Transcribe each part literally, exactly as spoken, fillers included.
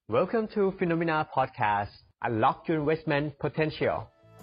Welcome to Phenomena Podcast. Unlock your investment potential.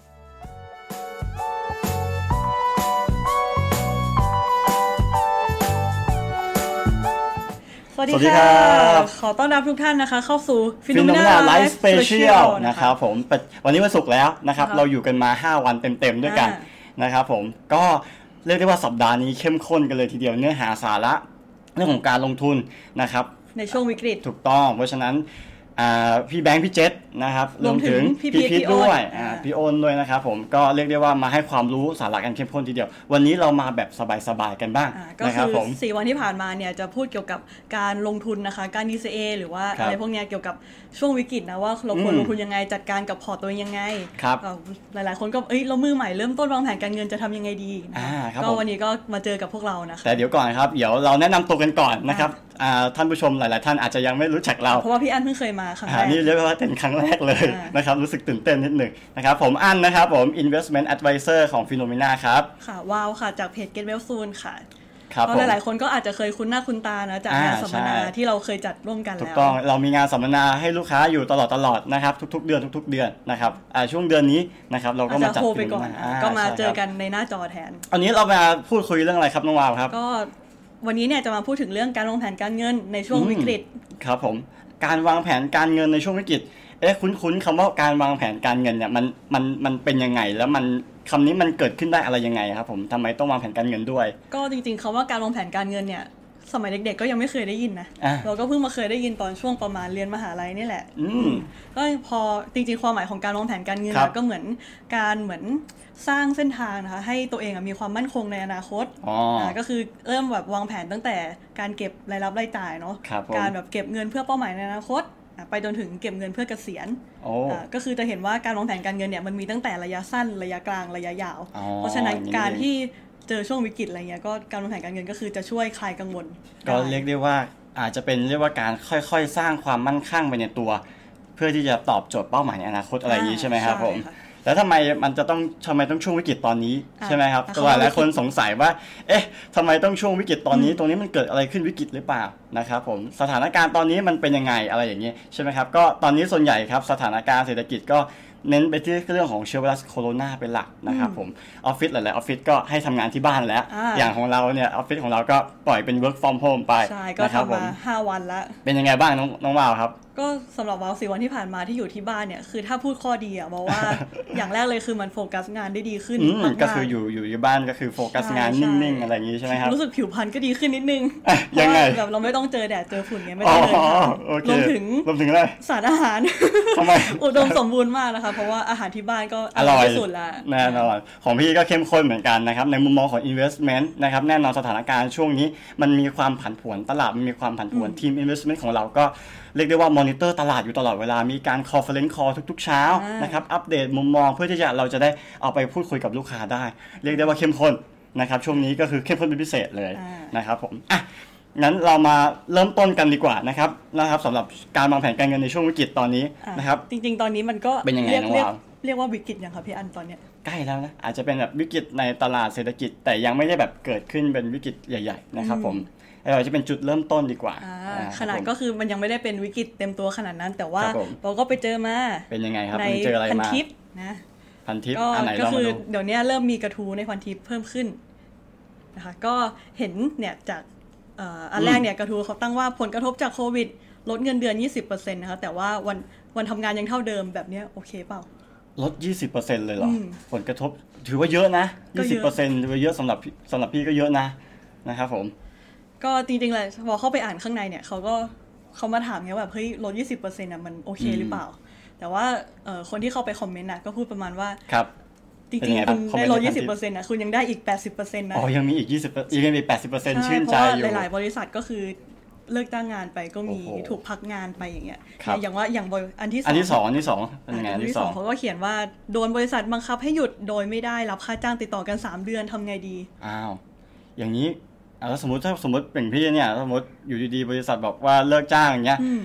สวัสดีครับขอต้อนรับทุกท่านนะคะเข้าสู่ Phenomena Live Special นะครับผมวันนี้วันศุกร์แล้วนะครับเราอยู่กันมาห้าวันเต็มๆด้วยกันนะครับผมก็เรียกได้ว่าสัปดาห์นี้เข้มข้นกันเลยทีเดียวเนื้อหาสาระเรื่องของการลงทุนนะครับในช่วงวิกฤตถูกต้องเพราะฉะนั้นพี่แบงค์พี่เจษนะครับรวมถึงพี่พีทด้วยพี่โอนด้วยนะครับผมก็เรียกได้ว่ามาให้ความรู้สาระกันเข้มข้นทีเดียววันนี้เรามาแบบสบายๆกันบ้างนะครับผมสี่วันที่ผ่านมาเนี่ยจะพูดเกี่ยวกับการลงทุนนะคะการ ดี ซี เอ หรือว่าอะไรพวกนี้เกี่ยวกับช่วงวิกฤตนะว่าเราควรลงทุนยังไงจัดการกับพอร์ตตัวเองยังไงหลายๆคนก็เอ้ยเรามือใหม่เริ่มต้นวางแผนการเงินจะทำยังไงดีก็วันนี้ก็มาเจอกับพวกเรานะคะแต่เดี๋ยวก่อนครับเดี๋ยวเราแนะนำตัวกันก่อนนะครับท่านผู้ชมหลายๆท่านอาจจะยังไม่รู้จักเราเพราะว่าพี่อั้นเพิ่งเคยมาครั้งแรกนี่เรียกว่าเป็นครั้งแรกเลยนะครับรู้สึกตื่นเต้นนิดหนึ่งนะครับผมอั้นนะครับผม Investment Advisor ของ Phenomena ครับค่ะว้าวค่ะจากเพจ Get Well Soon ค่ะเพราะหลายๆคนก็อาจจะเคยคุ้นหน้าคุ้นตานะจากงานสัมมนาที่เราเคยจัดร่วมกันแล้วถูกต้องเรามีงานสัมมนาให้ลูกค้าอยู่ตลอดตลอดนะครับทุกๆเดือนทุกๆเดือนนะครับช่วงเดือนนี้นะครับเราก็มาจัดไปก่อนก็มาเจอกันในหน้าจอแทนอันนี้เรามาพูดคุยเรื่องอะไรครับน้องวาวครับก็วันนี้เนี่ยจะมาพูดถึงเรื่องการวางแผนการเงินในช่วงวิกฤตครับผมการวางแผนการเงินในช่วงวิกฤตเอ๊ะคุ้นๆคำว่าการวางแผนการเงินเนี่ยมันมันมันเป็นยังไงแล้วมันคำนี้มันเกิดขึ้นได้อะไรยังไงครับผมทำไมต้องวางแผนการเงินด้วยก็จริงๆคำว่าการวางแผนการเงินเนี่ยสมัยเด็กๆก็ยังไม่เคยได้ยินนะเราก็เพิ่งมาเคยได้ยินตอนช่วงประมาณเรียนมหาลัยนี่แหละก็พอจริงๆความหมายของการวางแผนการเงินก็เหมือนการเหมือนสร้างเส้นทางนะคะให้ตัวเองมีความมั่นคงในอนาคตก็คือเริ่มแบบวางแผนตั้งแต่การเก็บรายรับรายจ่ายเนาะการแบบเก็บเงินเพื่อเป้าหมายในอนาคตไปจนถึงเก็บเงินเพื่อเกษียณก็คือจะเห็นว่าการวางแผนการเงินเนี่ยมันมีตั้งแต่ระยะสั้นระยะกลางระยะยาวเพราะฉะนั้นการที่เจอช่วงวิกฤตอะไรเงี้ยก็การวางแผนการเงินก็คือจะช่วยคลายกังวลก็เรียกได้ว่าอาจจะเป็นเรียกว่าการค่อยๆสร้างความมั่นคงไปในตัวเพื่อที่จะตอบโจทย์เป้าหมายในอนาคตอะไรอย่างนี้ใช่ไหมครับผมแล้วทำไมมันจะต้องทำไมต้องช่วงวิกฤตตอนนี้ใช่ไหมครับตัวหลายคนสงสัยว่าเอ๊ะทำไมต้องช่วงวิกฤตตอนนี้ตรงนี้มันเกิดอะไรขึ้นวิกฤตหรือเปล่านะครับผมสถานการณ์ตอนนี้มันเป็นยังไงอะไรอย่างนี้ใช่ไหมครับก็ตอนนี้ส่วนใหญ่ครับสถานการณ์เศรษฐกิจก็เน้นไปที่เรื่องของเชื้อไวรัสโคโรนาเป็นหลักนะครับผมออฟฟิศหลายๆออฟฟิศก็ให้ทำงานที่บ้านแล้ว อ, อย่างของเราเนี่ยออฟฟิศของเราก็ปล่อยเป็น work from home ไปนะครับผมห้าวันละเป็นยังไงบ้างน้องน้องวาวครับก็สำหรับวาวสี่วันที่ผ่านมาที่อยู่ที่บ้านเนี่ยคือถ้าพูดข้อดีอะบอกว่า อย่างแรกเลยคือมันโฟกัสงานได้ดีขึ้นมากๆก็คืออยู่อยู่ที่บ้านก็คือโฟกัสงานนิ่งๆอะไรอย่างนี้ใช่ไหมครับรู้สึกผิวพรรณก็ดีขึ้นนิดนึงยังไงแบบเราไม่ต้องเจอแดดเจอฝุ่นเงี้ยไม่ต้องเดินทางรวมถึงรวมถึงอะไรสารอาหารทำไมอุดมสมบูรณ์มากนะคะเพราะว่าอาหารที่บ้านก็อร่อยที่สุดละแน่นอนของพี่ก็เข้มข้นเหมือนกันนะครับในมุมมองของ investment นะครับแน่นอนสถานการณ์ช่วงนี้มันมีความผันผวนตลาดมันมีความผันผวนทีม investment ของเราก็เรียกได้ว่ามอนิเตอร์ตลาดอยู่ตลอดเวลามีการ conference call ทุกๆเช้านะครับอัปเดตมุมมองเพื่อที่จะเราจะได้เอาไปพูดคุยกับลูกค้าได้เรียกได้ว่าเข้มข้นนะครับช่วงนี้ก็คือเข้มข้นเป็นพิเศษเลยนะครับผมอ่ะงั้นเรามาเริ่มต้นกันดีกว่านะครับนะครับสำหรับการวางแผนการเงินในช่วงวิกฤตตอนนี้นะครับจริงๆตอนนี้มันก็เป็นยังไงน้องวาวเรียกว่าวิกฤตยังครับพี่อันตอนเนี้ยใกล้แล้วนะอาจจะเป็นแบบวิกฤตในตลาดเศรษฐกิจแต่ยังไม่ได้แบบเกิดขึ้นเป็นวิกฤตใหญ่ๆนะครับผมเราจะเป็นจุดเริ่มต้นดีกว่าขนาดก็คือมันยังไม่ได้เป็นวิกฤตเต็มตัวขนาดนั้นแต่ว่าเราก็ไปเจอมาเป็นยังไงครับเจออะไรมาพันทิปนะพันทิปอันไหนก็คือเดี๋ยวนี้เริ่มมีกระทู้ในพันทิปเพิ่มขึ้นนะคะก็เห็นเนี่ยจากอันแรกเนี่ยกระทู้เขาตั้งว่าผลกระทบจากโควิดลดเงินเดือน ยี่สิบเปอร์เซ็นต์ นะคะแต่ว่าวันวันทำงานยังเท่าเดิมแบบนี้โอเคเปล่าลด ยี่สิบเปอร์เซ็นต์ เลยเหรอผลกระทบถือว่าเยอะนะ ยี่สิบเปอร์เซ็นต์ ถือว่าเยอะสำหรับสำหรับพี่ก็เยอะนะนะครับผมก็จริงๆเลยพอเข้าไปอ่านข้างในเนี่ยเขาก็เขามาถามไงว่าเฮ้ยลด ยี่สิบเปอร์เซ็นต์ อ่ะมันโอเคหรือเปล่าแต่ว่าคนที่เข้าไปคอมเมนต์น่ะก็พูดประมาณว่าครับจริงๆคุณได้ลด ยี่สิบเปอร์เซ็นต์ นะคุณยังได้อีก แปดสิบเปอร์เซ็นต์ นะอ๋อยังมีอีกยี่สิบยังมี แปดสิบเปอร์เซ็นต์ ชื่นใจอยู่เพราะว่าหลายๆบริษัทก็คือเลิกจ้างงานไปก็มีถูกพักงานไปอย่างเงี้ยอย่างว่าอย่างอันที่สองอันที่สองอันที่สองเป็นยังไงอันที่สองเขาก็เขียนว่าโดนบริษัทบังคับให้หยุดโดยไม่ได้รับค่าจ้างติดต่อกันสามเดือนทำไงดีอ้าวอย่างนี้แล้วสมมติถ้าสมมติเป็นพี่เนี่ยสมมติอยู่ดีๆบริษัทบอกว่าเลิกจ้างอย่างเงี้ย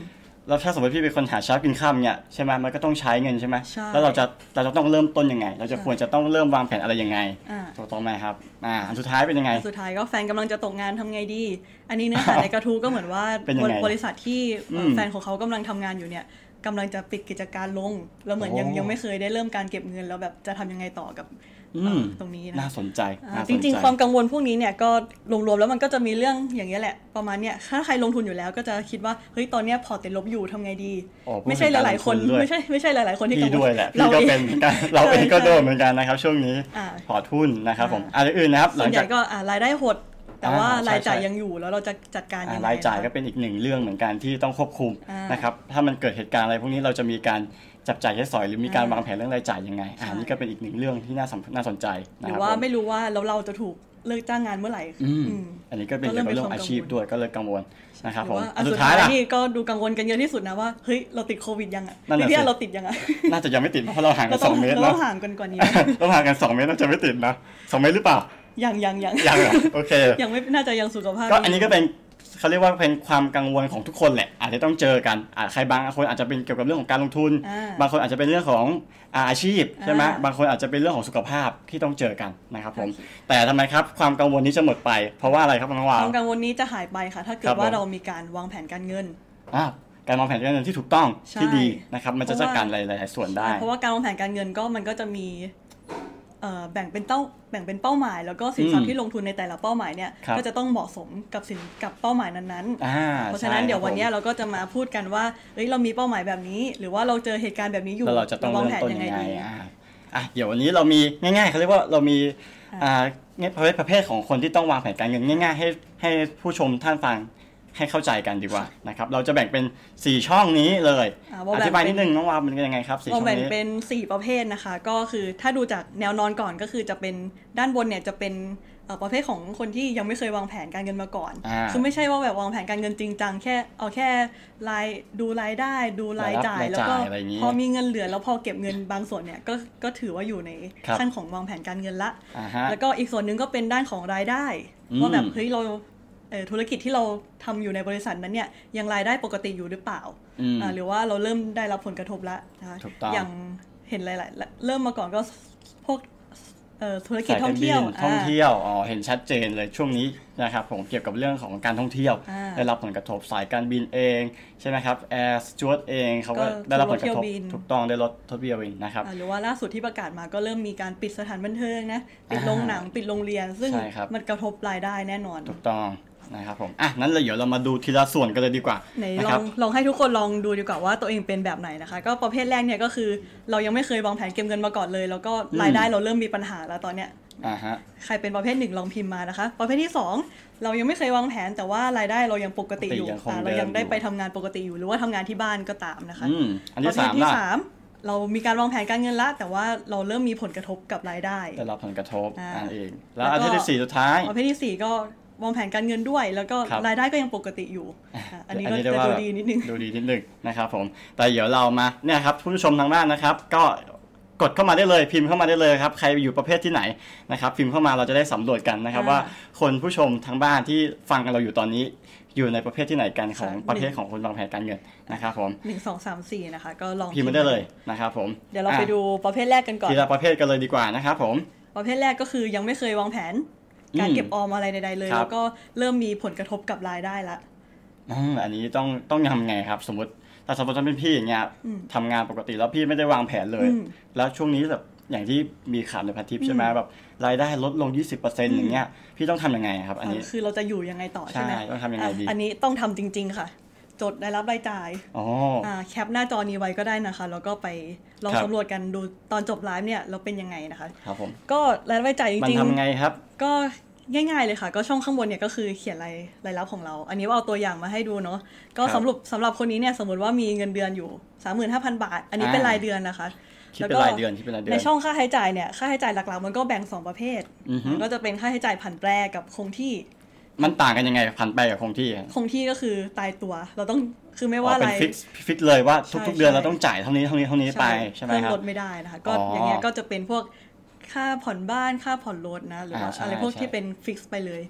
แล้วถ้าสมมติพี่เป็นคนหาเช้ากินค่ำเนี่ยใช่ไหมมันก็ต้องใช้เงินใช่ไหมแล้วเราจะเราจะต้องเริ่มต้นยังไงเราจะควรจะต้องเริ่มวางแผนอะไรยังไงถูกต้องไหมครับอ่าอันสุดท้ายเป็นยังไงสุดท้ายก็แฟนกำลังจะตกงานทำไงดีอันนี้เนื้อหาในกระทู้ก็เหมือนว่าบริษัทที่แฟนของเขากำลังทำงานอยู่เนี่ยกำลังจะปิดกิจการลงแล้วเหมือนยังยังไม่เคยได้เริ่มการเก็บเงินแล้วแบบจะทำยังไงต่อกับตรงนี้นะน่าสนใจจริงๆความกังวลพวกนี้เนี่ยก็รวมๆแล้วมันก็จะมีเรื่องอย่างนี้แหละประมาณเนี้ยถ้าใครลงทุนอยู่แล้วก็จะคิดว่าเฮ้ยตอนเนี้ยพอร์ตติดลบอยู่ทำไงดีไม่ใช่หลายๆคนไม่ใช่ไม่ใช่หลายๆคนที่กังวลด้วยแหละพี่ก็เป็นเราเองก็โดนเหมือนกันนะครับช่วงนี้พอร์ตหุ้นนะครับผมอะไรอื่นนะครับส่วนใหญ่ก็รายได้หดแต่ว่ารายจ่ายยังอยู่แล้วเราจะจัดการยังไงรายจ่ายก็เป็นอีกหนึ่งเรื่องเหมือนกันที่ต้องควบคุมนะครับถ้ามันเกิดเหตุการณ์อะไรพวกนี้เราจะมีการจับจ่ายใช้สอยหรือมีการวางแผนเรื่องรายจ่ายยังไงอ่านี่ก็เป็นอีกหนึ่งเรื่องที่น่าน่าสนใจหรือว่าไม่รู้ว่าแล้วเราจะถูกเลิกจ้างงานเมื่อไหร่อันนี้ก็เป็นเรื่องของอาชีพด้วยก็เลยกังวลนะครับผมสุดท้ายนี่ก็ดูกังวลกันเยอะที่สุดนะว่าเฮ้ยเราติดโควิดยังอ่ะพี่เราติดยังอ่ะน่าจะยังไม่ติดเพราะเราห่างกันสองเมตรเราห่างกันกว่านี้เราห่างกันสองเมตรน่าจะไม่ติดนะสองเมตรหรือเปล่ายังยังยังยังโอเคยังไม่น่าจะยังสุขภาพก็อันนี้ก็เป็นเขาเรียกว่าเป็นความกังวลของทุกคนแหละอาจจะต้องเจอกันอ่าใครบางคนอาจจะเป็นเกี่ยวกับเรื่องของการลงทุนบางคนอาจจะเป็นเรื่องของอาชีพใช่ไหมบางคนอาจจะเป็นเรื่องของสุขภาพที่ต้องเจอกันนะครับผมแต่ทำไมครับความกังวลนี้จะหมดไปเพราะว่าอะไรครับน้องวาวความกังวลนี้จะหายไปค่ะถ้าเกิดว่าเรามีการวางแผนการเงินอ่าการวางแผนการเงินที่ถูกต้องที่ดีนะครับมันจะจัดการหลายๆส่วนได้เพราะว่าการวางแผนการเงินก็มันก็จะมีแบ่งเป็นเป้าแบ่งเป็นเป้าหมายแล้วก็สินทรัพย์ที่ลงทุนในแต่ละเป้าหมายเนี่ยก็จะต้องเหมาะสมกับสินกับเป้าหมายนั้นๆเพราะฉะนั้นเดี๋ยววันนี้เราก็จะมาพูดกันว่าเฮ้ยเรามีเป้าหมายแบบนี้หรือว่าเราเจอเหตุการณ์แบบนี้อยู่เราจะต้องวางแผนยังไงดีอ่ะเดี๋ยววันนี้เรามีง่ายๆเขาเรียกว่าเรามีอ่าประเภทประเภทของคนที่ต้องวางแผนการเงินง่ายๆให้ให้ผู้ชมท่านฟังให้เข้าใจกันดีกว่านะครับเราจะแบ่งเป็นสี่ช่องนี้เลยอธิบายนิดนึงน้องวาวมันเป็นยังไงครับสี่ช่องนี้แบ่งเป็นสี่ประเภทนะคะก็คือถ้าดูจากแนวนอนก่อนก็คือจะเป็นด้านบนเนี่ยจะเป็นประเภทของคนที่ยังไม่เคยวางแผนการเงินมาก่อนคือไม่ใช่ว่าแบบวางแผนการเงินจริงจังแค่เอาแค่รายดูรายได้ดูรายจ่ายแล้วก็พอมีเงินเหลือแล้วพอเก็บเงินบางส่วนเนี่ยก็ก็ถือว่าอยู่ในขั้นของวางแผนการเงินละแล้วก็อีกส่วนนึงก็เป็นด้านของรายได้ว่าแบบเฮ้ยเราธุรกิจที่เราทำอยู่ในบริษัทนั้นเนี่ยยังรายได้ปกติอยู่หรือเปล่าหรือว่าเราเริ่มได้รับผลกระทบแล้วนะคะอย่างเห็นหลายๆเริ่มมาก่อนก็พวกธุรกิจท่องเที่ยวท่องเที่ยวอ๋อเห็นชัดเจนเลยช่วงนี้นะครับผมเกี่ยวกับเรื่องของการท่องเที่ยวได้รับผลกระทบสายการบินเองใช่ไหมครับแอร์สจ๊วตเองเขาก็ได้รับผลกระทบถูกต้องได้ลดทดเบี้ยวินนะครับหรือว่าล่าสุดที่ประกาศมาก็เริ่มมีการปิดสถานบันเทิงนะปิดโรงหนังปิดโรงเรียนซึ่งมันกระทบรายได้แน่นอนถูกต้องนะครับผมอ่ะนั้นเลยเดี๋ยวเรามาดูทีละส่วนกันเลยดีกว่าไหนลองลองให้ทุกคนลองดูดีกว่าว่าตัวเองเป็นแบบไหนนะคะก็ประเภทแรกเนี่ยก็คือเรายังไม่เคยวางแผนเก็บเงินมาก่อนเลยแล้วก็รายได้เราเริ่มมีปัญหาแล้วตอนเนี้ยอ่าฮะใครเป็นประเภทหนึ่งลองพิมพ์มานะคะประเภทที่สองเรายังไม่เคยวางแผนแต่ว่ารายได้เรายังปกติอยู่เรายังได้ไปทำงานปกติอยู่หรือว่าทำงานที่บ้านก็ตามนะคะอันที่สามที่สามเรามีการวางแผนการเงินละแต่ว่าเราเริ่มมีผลกระทบกับรายได้ได้รับผลกระทบนั่นเองแล้วอันที่สี่สุดท้ายประเภทที่สี่ก็วางแผนการเงินด้วยแล้วก็รายได้ก็ยังปกติอยู่อันนี้ก็จะดูดีนิดนึงดูดีนิดนึงนะครับผมแต่เดี๋ยวเรามาเนี่ยครับผู้ชมทางบ้านนะครับก็กดเข้ามาได้เลยพิมพ์เข้ามาได้เลยครับใครอยู่ประเภทที่ไหนนะครับพิมพ์เข้ามาเราจะได้สำรวจกันนะครับว่าคนผู้ชมทางบ้านที่ฟังกันเราอยู่ตอนนี้อยู่ในประเภทที่ไหนกันของประเภทของคนวางแผนการเงินนะครับผมหนึ่ง สอง สาม สี่นะคะก็ลองพิมพ์มาได้เลยนะครับผมเดี๋ยวเราไปดูประเภทแรกกันก่อนทีละประเภทกันเลยดีกว่านะครับผมประเภทแรกก็คือยังไม่เคยวางแผนการเก็บออมอะไรใดๆเลยแล้วก็เริ่มมีผลกระทบกับรายได้ละอันนี้ต้องต้องทำไงครับสมมติถ้าสมมติว่าเป็นพี่อย่างเงี้ยทำงานปกติแล้วพี่ไม่ได้วางแผนเลยแล้วช่วงนี้แบบอย่างที่มีข่าวในพันทิปใช่ไหมแบบรายได้ลดลง ยี่สิบเปอร์เซ็นต์ อย่างเงี้ยพี่ต้องทำยังไงครับอันนี้คือเราจะอยู่ยังไงต่อใช่ไหมต้องทำยังไงดีอันนี้ต้องทำจริงๆค่ะจดรายรับรายจ่ายอ๋อแคปหน้าจอนี้ไว้ก็ได้นะคะแล้วก็ไปลองสำรวจกันดูตอนจบไลฟ์เนี่ยเราเป็นยังไงนะคะครับผมก็รายรับรายจ่ายจริงๆมันทำไงครับก็ง่ายๆเลยค่ะก็ช่องข้างบนเนี่ยก็คือเขียนรายรายรับของเราอันนี้ว่าเอาตัวอย่างมาให้ดูเนาะก็สำหรับสำหรับคนนี้เนี่ยสมมติว่ามีเงินเดือนอยู่ สามหมื่นห้าพัน บาทอันนี้เป็นรายเดือนนะคะคิดเป็นรายเดือนคิดเป็นรายเดือนในช่องค่าใช้จ่ายเนี่ยค่าใช้จ่ายหลักๆมันก็แบ่งสองประเภทก็จะเป็นค่าใช้จ่ายผันแปรกับคงที่มันต่างกันยังไงผันแปรกับคงที่คงที่ก็คือตายตัวเราต้องคือไม่ว่าอะไรเป็นฟิกฟิกเลยว่าทุกๆเดือนเราต้องจ่ายเท่านี้เท่านี้เท่านี้ไปใช่ไหมครับลดไม่ได้นะคะก็อย่างเงี้ยก็จะเป็นพวกค่าผ่อนบ้านค่าผ่อนรถนะหรือว่าอะไรพวกที่เป็นฟิกไปเลย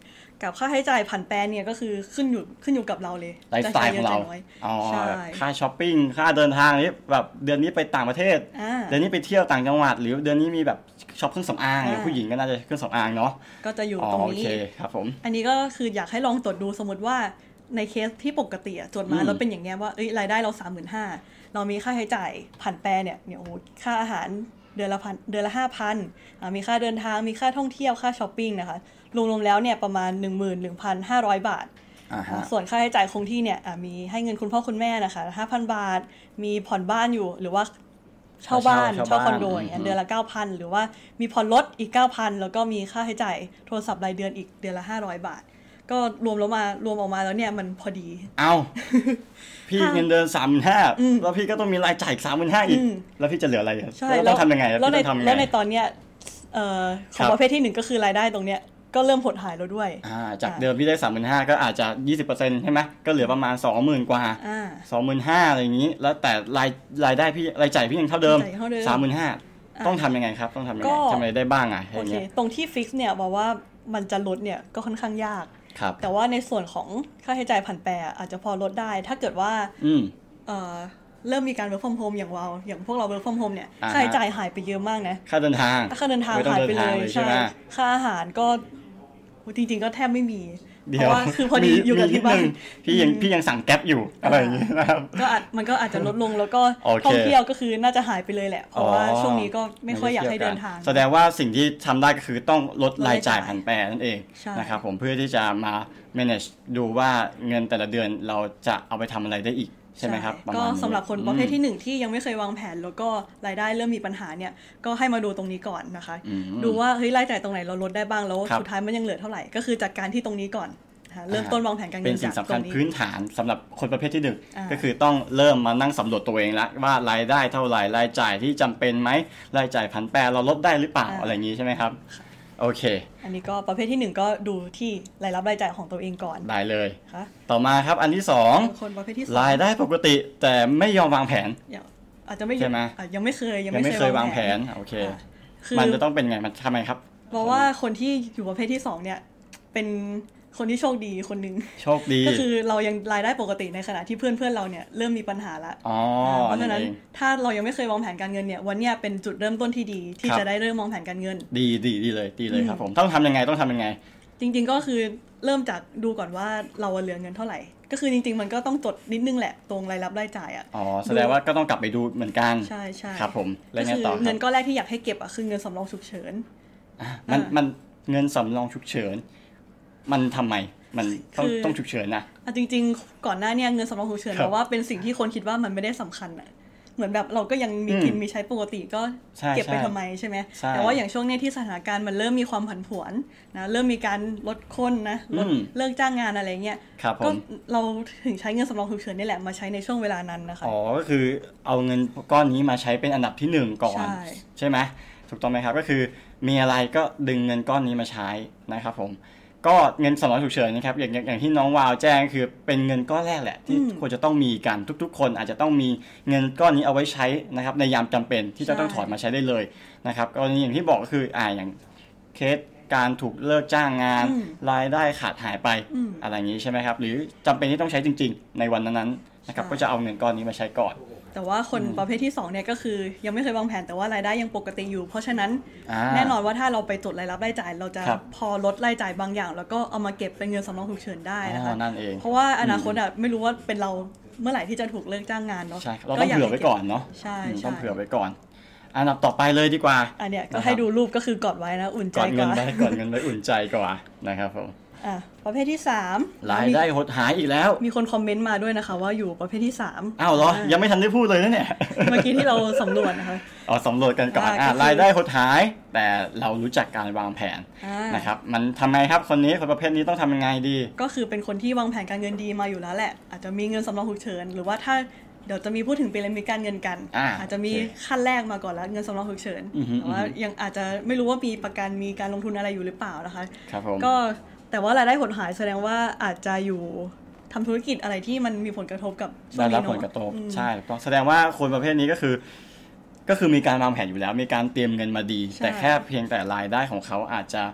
กับค่าใช้จ่ายผันแปรเนี่ยก็คือขึ้นอยู่ขึ้นอยู่กับเราเลยไลฟ์สไตล์ของเราอ๋อค่าช้อปปิ้งค่าเดินทางนี้แบบเดือนนี้ไปต่างประเทศเดือนนี้ไปเที่ยวต่างจังหวัดหรือเดือนนี้มีแบบช็อปเครื่องสำอางผู้หญิงก็น่าจะเครื่องสำอางเนาะก็จะอยู่ตรงนี้โอเคครับผมอันนี้ก็คืออยากให้ลองตรวจดูสมมติว่าในเคสที่ปกติตรวจมาแล้วเป็นอย่างเงี้ยว่าเอ้ยรายได้เรา สามหมื่นห้าพัน เรามีค่าใช้จ่ายผันแปรเนี่ยเนี่ยโอ้โหค่าอาหารเดือนละพันเดือนละ ห้าพัน อ่ามีค่าเดินทางมีค่าท่องเที่ยวค่าช้อปปิ้งนะคะรวมๆแล้วเนี่ยประมาณ หนึ่งหมื่นหนึ่งพันห้าร้อย บาทส่วนค่าใช้จ่ายคงที่เนี่ยมีให้เงินคุณพ่อคุณแม่นะคะ ห้าพัน บาทมีผ่อนบ้านอยู่หรือว่าเช่าบ้านเช่าคอนโดอย่างเดือนละ เก้าพัน หรือว่ามีผ่อนรถอีก เก้าพัน แล้วก็มีค่าใช้จ่ายโทรศัพท์รายเดือนอีกเดือนละห้าร้อยบาทก็รวมแล้วมารวมออกมาแล้วเนี่ยมันพอดีเอ้าพี่เงินเดือน สามหมื่นห้าพัน แล้วพี่ก็ต้องมีรายจ่ายอีก สามหมื่นห้าพัน อีกแล้วพี่จะเหลืออะไรแล้วต้องทำยังไงแล้วในแล้วในตอนเนี้ยเอ่อของประเภทที่หนึ่งก็คือรายได้ตรงเนี้ยก็เริ่มหดหายแล้วด้วยอ่าจากเดิมพี่ได้ สามหมื่นห้าพัน ก็อาจจะ ยี่สิบเปอร์เซ็นต์ ใช่ไหมก็เหลือประมาณ สองหมื่น กว่าอ่าสองหมื่นห้าพัน อะไรอย่างนี้แล้วแต่รายรายได้พี่รายจ่ายพี่ยังเท่าเดิม สามหมื่นห้าพัน ต้องทำยังไงครับต้องทำยังไงทำอะไรได้บ้างอ่ะโอเคตรงที่ฟิกซ์เนี่ยบอกว่ามันจะลดเนี่ยก็ค่อนข้างยากแต่ว่าในส่วนของค่าใช้จ่ายผันแปรอาจจะพอลดได้ถ้าเกิดว่าเอ่อเริ่มมีการ work from home อย่างเราอย่างพวกเรา work from home เนี่ยค่าใช้จ่ายหายไปเยอะมากนะค่าเดินทางค่าเดินทางหายไปเลยใช่ค่าอาหารก็จริงๆก็แทบไม่มีเพราะว่าคือพอดีอยู่กับที่บ้านพี่ยังพี่ยังสั่งแก๊ปอยู่อะไรอย่างงี้นะครับก็อาจมันก็อาจจะลดลงแล้วก็ท่องเที่ยวก็คือน่าจะหายไปเลยแหละเพราะว่าช่วงนี้ก็ไม่ค่อยอยากให้เดินทางแสดงว่าสิ่งที่ทำได้ก็คือต้องลดรายจ่ายผันแปรนั่นเองนะครับผมเพื่อที่จะมา manage ดูว่าเงินแต่ละเดือนเราจะเอาไปทำอะไรได้อีกใช่ไหมครับก็สำหรับคนประเภทที่หนึ่งที่ยังไม่เคยวางแผนแล้วก็รายได้เริ่มมีปัญหาเนี่ยก็ให้มาดูตรงนี้ก่อนนะคะดูว่าเฮ้ยรายจ่ายตรงไหนเราลดได้บ้างแล้วสุดท้ายมันยังเหลือเท่าไหร่ก็คือจัดการที่ตรงนี้ก่อนเริ่มต้นวางแผนการเงินเป็นสิ่งสำคัญพื้นฐานสำหรับคนประเภทที่หนึ่งก็คือต้องเริ่มมานั่งสำรวจตัวเองแล้วว่ารายได้เท่าไหร่รายจ่ายที่จำเป็นไหมรายจ่ายผันแปรเราลดได้หรือเปล่าอะไรอย่างนี้ใช่ไหมครับโอเคอันนี้ก็ประเภทที่หนึ่งก็ดูที่รายรับรายจ่ายของตัวเองก่อนได้เลยต่อมาครับอันที่สองคนประเภทที่สองรายได้ปกติแต่ไม่ยอมวางแผนอาจจะไม่ใช่ไหมยังไม่เคยยังไม่เคยวางแผนโอเคมันจะต้องเป็นไงมันทำไมครับเพราะว่าคนที่อยู่ประเภทที่สองเนี่ยเป็นคนที่โชคดีคนนึงโชคดีก็คือเรายังรายได้ปกติในขณะที่เพื่อนเพื่อนเราเนี่ยเริ่มมีปัญหาละเพราะฉะนั้นถ้าเรายังไม่เคยวางแผนการเงินเนี่ยวันนี้เป็นจุดเริ่มต้นที่ดีที่จะได้เริ่มมองแผนการเงินดีดีดีเลยดีเลยครับผมต้องทำยังไงต้องทำยังไงจริงๆก็คือเริ่มจากดูก่อนว่าเราเหลือเงินเท่าไหร่ก็คือจริงๆมันก็ต้องจดนิดนึงแหละตรงรายรับรายจ่ายอ่ะอ๋อแสดงว่าก็ต้องกลับไปดูเหมือนกันใช่ใช่ครับผมแล้วไงต่อเงินก้อนแรกที่อยากให้เก็บอ่ะคือเงินสำรองฉุกเฉินมันมันเงินสำรองฉุกเฉินมันทำไมมันต้องต้องฉุกเฉินนะจริงๆก่อนหน้านี้เงินสำรองฉุกเฉินเพราะว่าเป็นสิ่งที่คนคิดว่ามันไม่ได้สำคัญอ่ะเหมือนแบบเราก็ยังมีกินมีใช้ปกติก็เก็บไปทำไมใช่ไหมแต่ว่าอย่างช่วงนี้ที่สถานการณ์มันเริ่มมีความผันผวนนะเริ่มมีการลดคนนะลดเลิกจ้างงานอะไรเงี้ยก็เราถึงใช้เงินสำรองฉุกเฉินนี่แหละมาใช้ในช่วงเวลานั้นนะคะอ๋อก็คือเอาเงินก้อนนี้มาใช้เป็นอันดับที่หนึ่งก่อนใช่ไหมถูกต้องไหมครับก็คือมีอะไรก็ดึงเงินก้อนนี้มาใช้นะครับผมก็เงินสำรองฉุกเฉินนะครับอย่างอย่างที่น้องวาวแจ้งคือเป็นเงินก้อนแรกแหละที่ควรจะต้องมีกันทุกๆคนอาจจะต้องมีเงินก้อนนี้เอาไว้ใช้นะครับในยามจำเป็นที่จะต้องถอนมาใช้ได้เลยนะครับกรณีอย่างที่บอกก็คืออ่าอย่างเคสการถูกเลิกจ้างงานรายได้ขาดหายไปอะไรอย่างนี้ใช่ไหมครับหรือจำเป็นที่ต้องใช้จริงๆในวันนั้นๆนะครับก็จะเอาเงินก้อนนี้มาใช้ก่อนแต่ว่าคนประเภทที่สองเนี่ยก็คือยังไม่เคยวางแผนแต่ว่ารายได้ยังปกติอยู่เพราะฉะนั้นแน่นอนว่าถ้าเราไปจดรายรับรายจ่ายเราจะพอลดรายจ่ายบางอย่างแล้วก็เอามาเก็บเป็นเงินสำรองฉุกเฉินได้นะคะเพราะว่าอนาคตอ่ะไม่รู้ว่าเป็นเราเมื่อไหร่ที่จะถูกเลิกจ้างงานเนาะเราต้องเผื่อไว้ก่อนเนาะใช่ต้องเผื่อไว้ก่อนอันดับต่อไปเลยดีกว่าอันเนี้ยก็ให้ดูรูปก็คือกอดไว้นะอุ่นใจกว่ากอดเงินไว้กอดเงินไว้อุ่นใจกว่านะครับผมอ่ะประเภทที่สามรายได้หดหายอีกแล้วมีคนคอมเมนต์มาด้วยนะคะว่าอยู่ประเภทที่สามอ้าวเหรอยังไม่ทันได้พูดเลยนะเนี่ยเมื่อกี้ที่เราสำรวจนะคะอ๋อสำรวจกันก่อนอ่ะรายได้หดหายแต่เรารู้จักการวางแผนนะครับมันทำไมครับคนนี้คนประเภทนี้ต้องทำยังไงดีก็คือเป็นคนที่วางแผนการเงินดีมาอยู่แล้วแหละอาจจะมีเงินสำรองฉุกเฉินหรือว่าถ้าเดี๋ยวจะมีพูดถึงพีระมิดการเงินกัน อ, อาจจะมีขั้นแรกมาก่อนแล้วเงินสำรองฉุกเฉินแต่ว่ายังอาจจะไม่รู้ว่ามีประกันมีการลงทุนอะไรอยู่หรือเปล่านะคะครับผมก็แต่ว่ารายได้หดหายแสดงว่าอาจจะอยู่ทำธุรกิจอะไรที่มันมีผลกระทบกับช่วงนี้เนาะได้รับผลกระทบใช่ต้องแสดงว่าคนประเภทนี้ก็คือก็คือมีการวางแผนอยู่แล้วมีการเตรียมเงินมาดีแต่แค่เพียงแต่รายได้ของเขาอาจจะ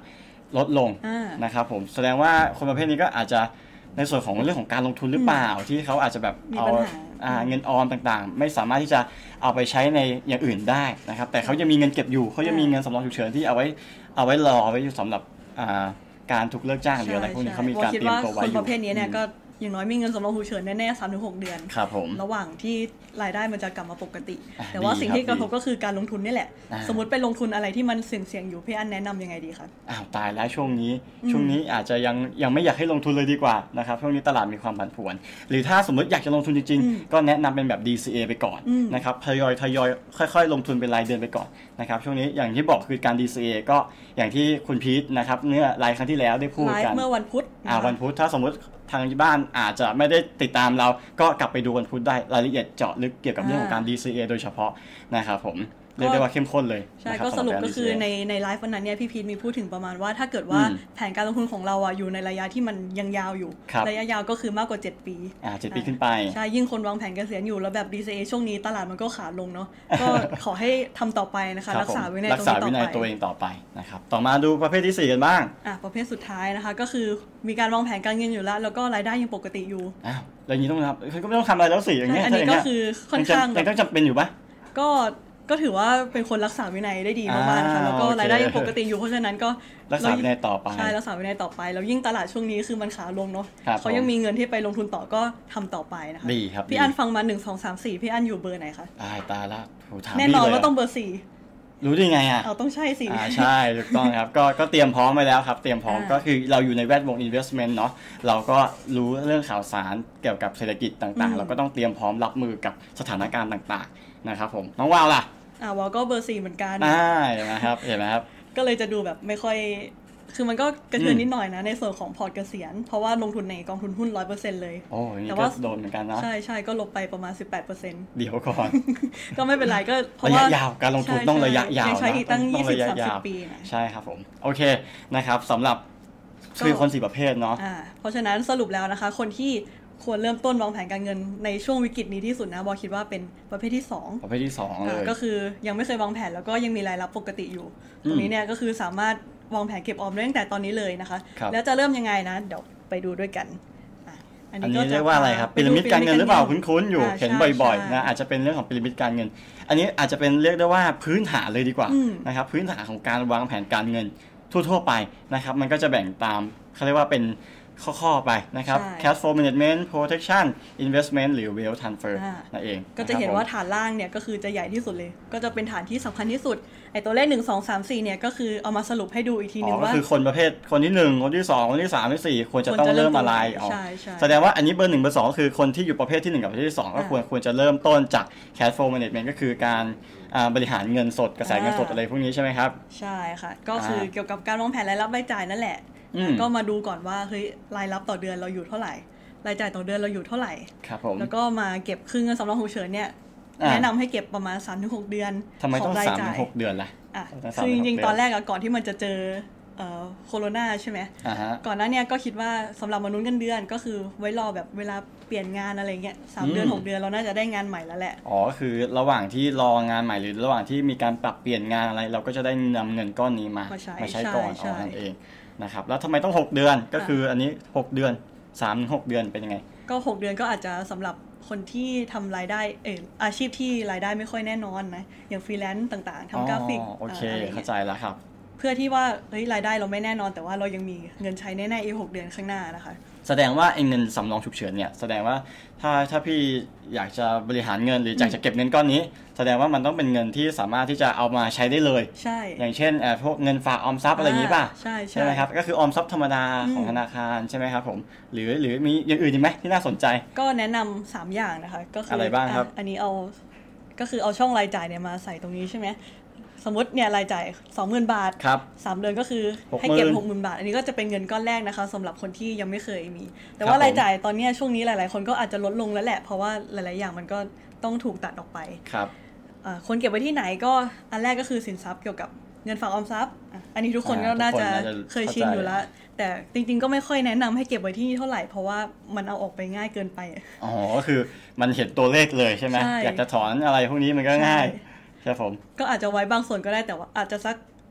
ลดลงนะครับผมแสดงว่าคนประเภทนี้ก็อาจจะในส่วนของเรื่องของการลงทุนหรือเปล่าที่เขาอาจจะแบบเอาเงินออมต่างๆไม่สามารถที่จะเอาไปใช้ในอย่างอื่นได้นะครับแต่เขายังมีเงินเก็บอยู่เขายังมีเงินสำรองฉุกเฉินที่เอาไว้เอาไว้รอไว้อยู่สำหรับการถูกเลิกจ้างหรืออะไรพวกนี้เขามีการเตรียมตัวไว้อยู่คนประเภทนี้เนี่ยก็อย่างน้อยมีเงินสำรองฉุกเฉินแน่ๆ สามถึงหก เดือนครับผมระหว่างที่รายได้มันจะกลับมาปกติแต่ว่าสิ่งที่กระทบก็คือการลงทุนนี่แหละสมมติไปลงทุนอะไรที่มันเสี่ยงๆอยู่พี่อันแนะนำยังไงดีครับอ้าวตายแล้วช่วงนี้ช่วงนี้อาจจะยังยังไม่อยากให้ลงทุนเลยดีกว่านะครับช่วงนี้ตลาดมีความผันผวนหรือถ้าสมมติอยากจะลงทุนจริงๆก็แนะนำเป็นแบบ ดี ซี เอ ไปก่อนนะครับทยอยทยอยค่อยๆลงทุนเป็นรายเดือนไปก่อนนะครับช่วงนี้อย่างที่บอกคือการ ดี ซี เอ ก็อย่างที่คุณพีทนะครับเนื้อรายครั้งที่แล้วได้พูดกันเมื่อวันพุธอ่าวันพุธถ้าสมมติทางบ้านอาจจะไม่ได้ติดตามเราก็กลับไปดูวันพุธได้รายละเอียดเจาะลึกเกี่ยวกับเรื่องของการ ดี ซี เอ โดยเฉพาะนะครับผมเรียกได้ว่าเข้มข้นเลยใช่ก็สรุปก็คือในในไลฟ์วันนั้นเนี่ยพี่พีทมีพูดถึงประมาณว่าถ้าเกิดว่าแผนการลงทุนของเราอ่ะอยู่ในระยะที่มันยังยาวอยู่ระยะยาวก็คือมากกว่าเจ็ดปีอ่าเจ็ดปีขึ้นไปใช่ยิ่งคนวางแผนเกษียณอยู่แล้วแบบ ดี ซี เอ ช่วงนี้ตลาดมันก็ขาลงเนาะก็ขอให้ทำต่อไปนะคะรักษาวินัยรักษาวินัยตัวเองต่อไปนะครับต่อมาดูประเภทที่สี่กันบ้างอ่ะประเภทสุดท้ายนะคะก็คือมีการวางแผนการเงินอยู่แล้วแล้วก็รายได้ยังปกติอยู่อ้าวแล้วอย่างนี้ต้องทำก็ไม่ต้องทำอะไรแล้วสิอย่างเงี้ยอันนี้ก็คือค่อนข้างยังต้องจำเป็นอยู่ปะก็ก็ถือว่าเป็นคนรักษาวินัยได้ดีมากๆนะคะแล้วก็รายได้ยังปกติอยู่เพราะฉะนั้นก็รักษาวินัยต่อไปใช่รักษาวินัยต่อไปแล้วยิ่งตลาดช่วงนี้คือมันขาลงเนาะเขายังมีเงินที่ไปลงทุนต่อก็ทำต่อไปนะคะดีครับพี่อันฟังมาหนึ่ง สอง สาม สี่พี่อันอยู่เบอร์ไหนคะตายตายละแน่นอนว่าต้องเบอร์สี่รู้ได้ไงอ่ะเอาต้องใช่สิอ่าใช่ถูกต้องครับก็ก็เตรียมพร้อมไว้แล้วครับเตรียมพร้อมก็คือเราอยู่ในแวดวง investment เนาะเราก็รู้เรื่องข่าวสารเกี่ยวกับเศรษฐกิจต่างๆเราก็ต้องเตรียมพร้อมรับมือกับสถานการณ์ต่างๆนะครับผมน้องวาวล่ะอ่าวาวก็เบอร์สี่เหมือนกันอ่าเห็นไหมครับเห็นไหมครับก็เลยจะดูแบบไม่ค่อยคือมันก็กระเทือนนิดหน่อยนะในส่วนของพอร์ตเกษียณเพราะว่าลงทุนในกองทุนหุ้น ร้อยเปอร์เซ็นต์ เลยโอ้แต่ว่าโดนเหมือนกันนะใช่ๆก็ลบไปประมาณ สิบแปดเปอร์เซ็นต์เดี๋ยวก่อนก็ไม่เป็นไรก็เพราะว่ายาวการลงทุนต้องระยะยาวใช้อีกตั้ง ยี่สิบ สามสิบ ปีนะใช่ครับผมโอเคนะครับสำหรับคือคนสี่ประเภทเนาะอ่าเพราะฉะนั้นสรุปแล้วนะคะคนที่ควรเริ่มต้นวางแผนการเงินในช่วงวิกฤตนี้ที่สุดนะบอคิดว่าเป็นประเภทที่สองประเภทที่สองเลยก็คือยังไม่เคยวางแผนแล้วก็ยังมีรายรับปกติอยู่ตรงนี้เนี่ยก็คือสามารถวางแผนเก็บออมได้ตั้งแต่ตอนนี้เลยนะคะแล้วจะเริ่มยังไงนะเดี๋ยวไปดูด้วยกันอันนี้เรียกว่าอะไรครับพีระมิดการเงินหรือเปล่าคุ้นๆอยู่เห็นบ่อยๆนะอาจจะเป็นเรื่องของพีระมิดการเงินอันนี้อาจจะเป็นเรียกได้ว่าพื้นฐานเลยดีกว่านะครับพื้นฐานของการวางแผนการเงินทั่วๆไปนะครับมันก็จะแบ่งตามเขาเรียกว่าเป็นข้อๆไปนะครับ cash flow management protection investment หรือ wealth transfer นั่นเองก็จะเห็นว่าฐานล่างเนี่ยก็คือจะใหญ่ที่สุดเลยก็จะเป็นฐานที่สำคัญที่สุดไอ้ตัวเลขหนึ่ง สอง สาม สี่เนี่ยก็คือเอามาสรุปให้ดูอีกทีนึงว่าก็คือคนประเภทคนที่หนึ่งคนที่สองคนที่สามที่สี่ควรจะต้องเริ่มอะไรอ๋อแสดงว่าอันนี้เบอร์หนึ่งเบอร์สองก็คือคนที่อยู่ประเภทที่หนึ่งกับประเภทที่สองก็ควรควรจะเริ่มต้นจาก cash flow management ก็คือการบริหารเงินสดกระแสเงินสดอะไรพวกนี้ใช่ไหมครับใช่ค่ะก็คือเกี่ยวกับการวางแผนรายรับรายจ่ายนั่นแหละก็มาดูก่อนว่าเฮ้ยรายรับต่อเดือนเราอยู่เท่าไหร่รายจ่ายต่อเดือนเราอยู่เท่าไหร่ครับผมแล้วก็มาเก็บครึ่งเงินสำรองฉุกเฉินเนี่ยแนะนำให้เก็บประมาณ สามถึงหก เดือนทำไมต้อง สามถึงหก เดือนล่ะอ่ะคือจริงๆตอนแรกอะก่อนที่มันจะเจอโควิดใช่ไหมก่อนหน้านี้ก็คิดว่าสำหรับมนุษย์เงินเดือนก็คือไว้รอแบบเวลาเปลี่ยนงานอะไรเงี้ยสามเดือนหกเดือนเราน่าจะได้งานใหม่แล้วแหละอ๋อคือระหว่างที่รองานใหม่หรือระหว่างที่มีการปรับเปลี่ยนงานอะไรเราก็จะได้นำเงินก้อนนี้มามาใช้ก่อนอ๋อนั่นเองนะครับแล้วทำไมต้องหกเดือนก็คืออันนี้หกเดือน สามถึงหก เดือนเป็นยังไงก็หกเดือนก็อาจจะสำหรับคนที่ทำรายได้เอออาชีพที่รายได้ไม่ค่อยแน่นอนนะอย่างฟรีแลนซ์ต่างๆทำกราฟิกโอเคเข้าใจแล้วครับเพื่อที่ว่าเฮ้ยรายได้เราไม่แน่นอนแต่ว่าเรายังมีเงินใช้แน่ๆอีกหกเดือนข้างหน้านะคะแสดงว่าเงินสำรองฉุกเฉินเนี่ยแสดงว่าถ้าถ้าพี่อยากจะบริหารเงินหรืออยากจะเก็บเงินก้อนนี้แสดงว่ามันต้องเป็นเงินที่สามารถที่จะเอามาใช้ได้เลยใช่อย่างเช่นเอ่อพวกเงินฝากออมทรัพย์อะไรอย่างนี้ป่ะใช่ใช่ไหมครับก็คือออมทรัพย์ธรรมดาของธนาคารใช่ไหมครับผมหรือหรือมีอย่างอื่นอีกไหมที่น่าสนใจก็แนะนำสามอย่างนะคะก็คืออะไรบ้างครับอันนี้เอาก็คือเอาช่องรายจ่ายเนี่ยมาใส่ตรงนี้ใช่ไหมสมมติเนี่ยรายจ่าย สองหมื่น บาทครับสามเดือนก็คือให้เก็บ หกหมื่น บาทอันนี้ก็จะเป็นเงินก้อนแรกนะคะสำหรับคนที่ยังไม่เคยมีแต่ว่ารายจ่ายตอนนี้ช่วงนี้หลายๆคนก็อาจจะลดลงแล้วแหละเพราะว่าหลายๆอย่างมันก็ต้องถูกตัดออกไปครับคนเก็บไว้ที่ไหนก็อันแรกก็คือสินทรัพย์เกี่ยวกับเงินฝากออมทรัพย์อันนี้ทุกคนก็น่าจะเคยชินอยู่แล้วแต่จริงๆก็ไม่ค่อยแนะนำให้เก็บไว้ที่นี่เท่าไหร่เพราะว่ามันเอาออกไปง่ายเกินไปอ๋อก็คือมันเห็นตัวเลขเลยใช่ไหมอยากจะถอนอะไรพวกนี้มันก็ง่ายใช่ผมก็อาจจะไว้บางส่วนก็ได้แต่ว่าอาจจะสัก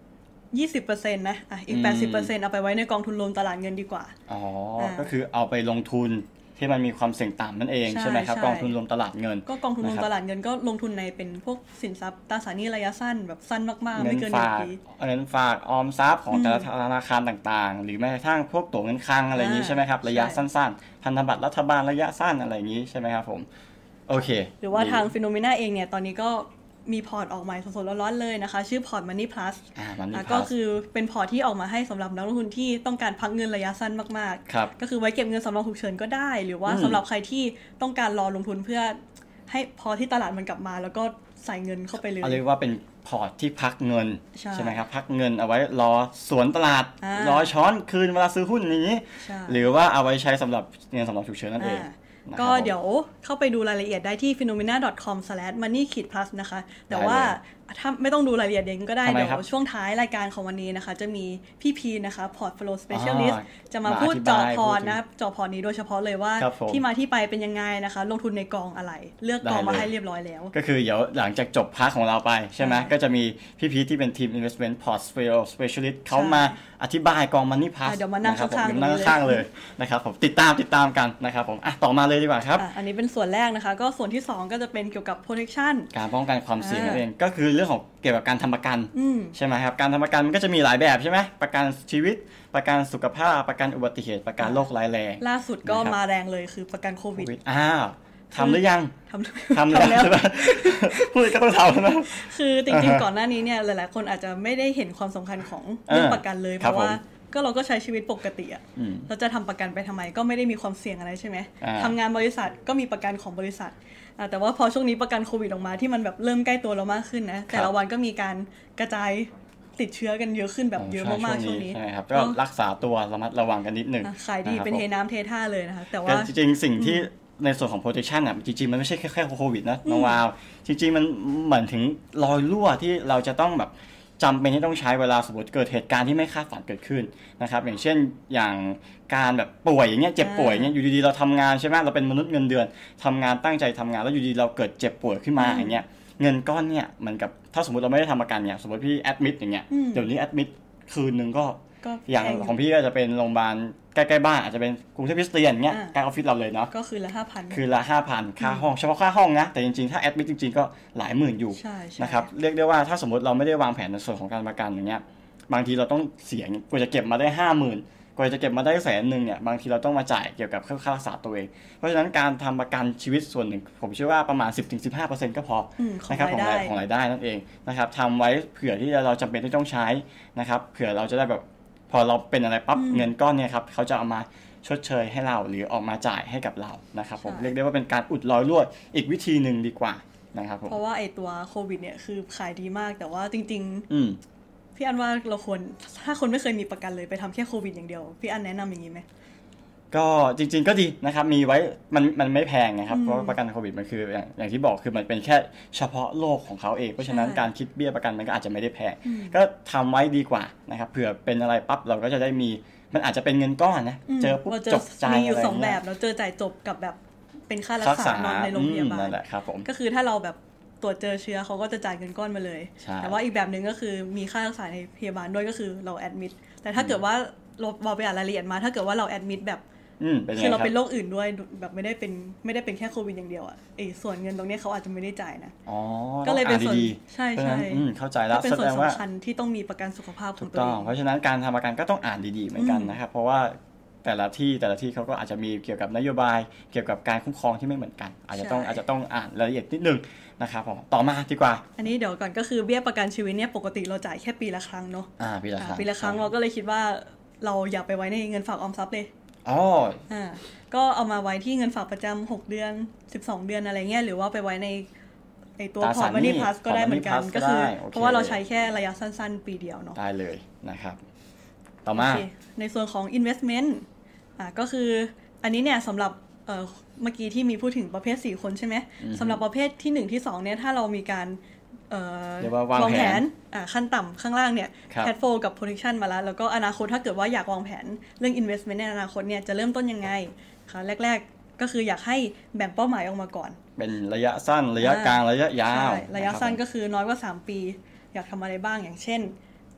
ยี่สิบเปอร์เซ็นต์ นะอ่ะอีก แปดสิบเปอร์เซ็นต์ เอาไปไว้ในกองทุนรวมตลาดเงินดีกว่าอ๋อก็คือเอาไปลงทุนที่มันมีความเสี่ยงต่ำนั่นเองใช่ไหมครับกองทุนรวมตลาดเงินก็กองทุนรวมตลาดเงินก็ลงทุนในเป็นพวกสินทรัพย์ตราสารหนี้ระยะสั้นแบบสั้นมากๆไม่เกินหนึ่งปีเงินฝากออมทรัพย์ของแต่ละธนาคารต่างๆหรือแม้กระทั่งพวกตั๋วเงินคลังอะไรอย่างนี้ใช่ไหมครับระยะสั้นๆพันธบัตรรัฐบาลระยะสั้นอะไรอย่างนี้ใช่ไหมครับผมโอเคหรือว่าทาง Phenomena เองเนี่ยตอนนี้ก็มีพอร์ตออกใหม่สดๆร้อนๆเลยนะคะชื่อพอร์ต Money Plus อ่า Money Plus ก็คือเป็นพอร์ตที่ออกมาให้สำหรับนักลงทุนที่ต้องการพักเงินระยะสั้นมากๆก็คือไว้เก็บเงินสำรองฉุกเฉินก็ได้หรือว่าสำหรับใครที่ต้องการรอลงทุนเพื่อให้พอที่ตลาดมันกลับมาแล้วก็ใส่เงินเข้าไปเลยเรียกว่าเป็นพอร์ตที่พักเงินใช่ไหมครับพักเงินเอาไว้รอสวนตลาดรอช้อนคืนเวลาซื้อหุ้นอย่างนี้หรือว่าเอาไว้ใช้สำหรับเงินสำรองฉุกเฉินนั่นเองก็เดี๋ยวเข้าไปดูรายละเอียดได้ที่ ฟีโนเมนา ดอท คอม สแลช มันนี่ พลัส นะคะแต่ว่าถ้าไม่ต้องดูรายละเอียดเองก็ได้เดี๋ยวช่วงท้ายรายการของวันนี้นะคะจะมีพี่พีนะคะ Portfolio Specialist จะมาพูดเจาะพอร์ตนะเจาะพอร์ตนี้โดยเฉพาะเลยว่าที่มาที่ไปเป็นยังไงนะคะลงทุนในกองอะไรเลือกกองมาให้เรียบร้อยแล้วก็คือเดี๋ยวหลังจากจบพาร์ทของเราไปใช่ไหมก็จะมีพี่พีที่เป็นทีม Investment Portfolio Specialist เขามาอธิบายกอง Money Plus เดี๋ยวมานั่งข้างๆเลยนะครับผมติดตามติดตามกันนะครับผมอ่ะต่อมาเลยดีกว่าครับอันนี้เป็นส่วนแรกนะคะก็ส่วนที่สองก็จะเป็นเกี่ยวกับ protection การป้องกันความเสี่ยงนั่นเองก็คือเรื่องของเกี่ยวกับการทำประกันใช่ไหมครับการทำประกันมันก็จะมีหลายแบบใช่ไหมประกันชีวิตประกันสุขภาพประกันอุบัติเหตุประกันโรคร้ายแรงล่าสุดก็มาแรงเลยคือประกันโควิดอ้าวทำหรือยังทำทำแล้วพูดก็ต้องทำนะคือจริงๆก่อนหน้านี้เนี่ยหลายๆคนอาจจะไม่ได้เห็นความสำคัญของเรื่องประกันเลยเพราะว่าก็เราก็ใช้ชีวิตปกติอ่ะเราจะทำประกันไปทำไมก็ไม่ได้มีความเสี่ยงอะไรใช่ไหมทำงานบริษัทก็มีประกันของบริษัทแต่ว่าพอช่วงนี้ประกันโควิดออกมาที่มันแบบเริ่มใกล้ตัวเรามากขึ้นนะแต่ละวันก็มีการกระจายติดเชื้อกันเยอะขึ้นแบบเยอะมากๆช่วงนี้ใช่ครับก็รักษาตัวระมัดระวังกันนิดนึงขายดีเป็นเทน้ำเทท่าเลยนะคะแต่ว่าจริงๆสิ่งที่ในส่วนของ protection อ่ะจริงๆมันไม่ใช่แค่แค่โควิดนะน้องวาวจริงๆมันเหมือนถึงรอยรั่วที่เราจะต้องแบบจำเป็นที่ต้องใช้เวลาสมมติเกิดเหตุการณ์ที่ไม่คาดฝันเกิดขึ้นนะครับอย่างเช่นอย่างการแบบป่วยอย่างเงี้ยเจ็บป่วยอย่างเงี้ยอยู่ดีๆเราทำงานใช่ไหมเราเป็นมนุษย์เงินเดือนทำงานตั้งใจทำงานแล้วอยู่ดีเราเกิดเจ็บป่วยขึ้นมาอย่างเงี้ยเงินก้อนเนี่ยมันกับถ้าสมมติเราไม่ได้ทำประกันเนี่ยสมมติพี่แอดมิดอย่างเงี้ยเดี๋ยวนี้แอดมิดคืนนึงก็อย่างของพี่ก็จะเป็นโรงพยาบาลใกล้ๆบ้านอาจจะเป็นกรุงเทพคริสเตียนเงี้ยใกล้ออฟฟิศเราเลยเนาะก็คือละ ห้าพันคือละ ห้าพัน ค่าห้องเฉพาะค่าห้องนะแต่จริงๆถ้าแอดมิดจริงๆก็หลายหมื่นอยู่นะครับเรียกได้ว่าถ้าสมมติเราไม่ได้วางแผนในส่วนของการประกันอย่างเงี้ยบางทีเราต้องเสียกว่าจะเก็บมาได้ ห้าหมื่น กว่าจะเก็บมาได้แสนนึงเนี่ยบางทีเราต้องมาจ่ายเกี่ยวกับค่ารักษาตัวเองเพราะฉะนั้นการทำประกันชีวิตส่วนหนึ่งผมเชื่อว่าประมาณ สิบถึงสิบห้าเปอร์เซ็นต์ ก็พอนะครับของรายของรายได้นั่นเองนะครับทำไว้เผื่อที่เราจำเป็นที่ต้องใช้นะครับเผื่อเราจะได้แบบพอเราเป็นอะไรปั๊บเงินก้อนเนี่ยครับเขาจะเอามาชดเชยให้เราหรือออกมาจ่ายให้กับเรานะครับผมเรียกได้ว่าเป็นการอุดรอยรั่วอีกวิธีหนึ่งดีกว่านะครับผมเพราะว่าไอตัวโควิดเนี่ยคือขายดีมากแต่ว่าจริงๆพี่อันว่าเราควรถ้าคนไม่เคยมีประกันเลยไปทำแค่โควิดอย่างเดียวพี่อันแนะนำอย่างนี้ไหมก็จริงๆก็ดีนะครับมีไว้มันมันไม่แพงนะครับเพราะประกันโควิดมันคืออย่างอย่างที่บอกคือมันเป็นแค่เฉพาะโรคของเขาเองเพราะฉะนั้นการคิดเบี้ยประกันมันก็อาจจะไม่ได้แพงก็ทำไว้ดีกว่านะครับเผื่อเป็นอะไรปั๊บเราก็จะได้มีมันอาจจะเป็นเงินก้อนนะเจอปุ๊บจบใจอะไรมีอยู่สองแบบเราเจอจ่ายจบกับแบบเป็นค่ารักษานอนในโรงพยาบาลนั่นแหละครับผมก็คือถ้าเราแบบตรวจเจอเชื้อเขาก็จะจ่ายเงินก้อนมาเลยแต่ว่าอีกแบบนึงก็คือมีค่ารักษาในพยาบาลด้วยก็คือเราแอดมิดแต่ถ้าเกิดว่าเราบอกไปอ่านรายละเอียดมาถ้าเกิดว่าเราแอดมิดแบบคือเราเป็นโรคอื่นด้วยแบบไม่ได้เป็นไม่ได้เป็นแค่โควิดอย่างเดียวอ่ะไอ้ส่วนเงินตรงนี้เขาอาจจะไม่ได้จ่ายนะก็เลยเป็นส่วนใช่ใช่เข้าใจแล้วเป็นส่วนสำคัญที่ต้องมีประกันสุขภาพของตัวเองเพราะฉะนั้นการทำประกันก็ต้องอ่านดีๆเหมือนกันนะครับเพราะว่าแต่ละที่แต่ละที่เขาก็อาจจะมีเกี่ยวกับนโยบายเกี่ยวกับการคุ้มครองที่ไม่เหมือนกันอาจจะต้องอาจจะต้องอ่านรายละเอียดนิดนึงนะครับผมต่อมาดีกว่าอันนี้เดี๋ยวก่อนก็คือเบี้ยประกันชีวิตเนี่ยปกติเราจ่ายแค่ปีละครั้งเนาะอ่าปีละครั้งปีละครั้งเราก็เลยคิดว่าเราอย่าไปไว้ในเงินฝากออมทรัพย์เลยอ๋ออ่าก็เอามาไว้ที่เงินฝากประจำหกเดือนสิบสองเดือนอะไรเงี้ยหรือว่าไปไว้ในไอตัวพอร์ต Money Plus ก็ได้เหมือนกันก็คือเพราะว่าเราใช้แค่ระยะสั้นๆปีเดียวเนาะได้เลยนะครับต่อมาในส่วนของ investment อ่าก็คืออันนี้เนี่ยสำหรับเอ่อเมื่อกี้ที่มีพูดถึงประเภทสี่คนใช่ไหมสำหรับประเภทที่หนึ่งที่สองเนี่ยถ้าเรามีการวางแผนขั้นต่ำข้างล่างเนี่ย cash flow กับ protection มาแล้วแล้วก็อนาคตถ้าเกิดว่าอยากวางแผนเรื่อง investment ในอนาคตเนี่ยจะเริ่มต้นยังไงค่ะแรกๆก็คืออยากให้แบ่งเป้าหมายออกมาก่อนเป็นระยะสั้นระยะกลางระยะยาวระยะสั้นก็คือน้อยกว่าสามปีอยากทำอะไรบ้างอย่างเช่น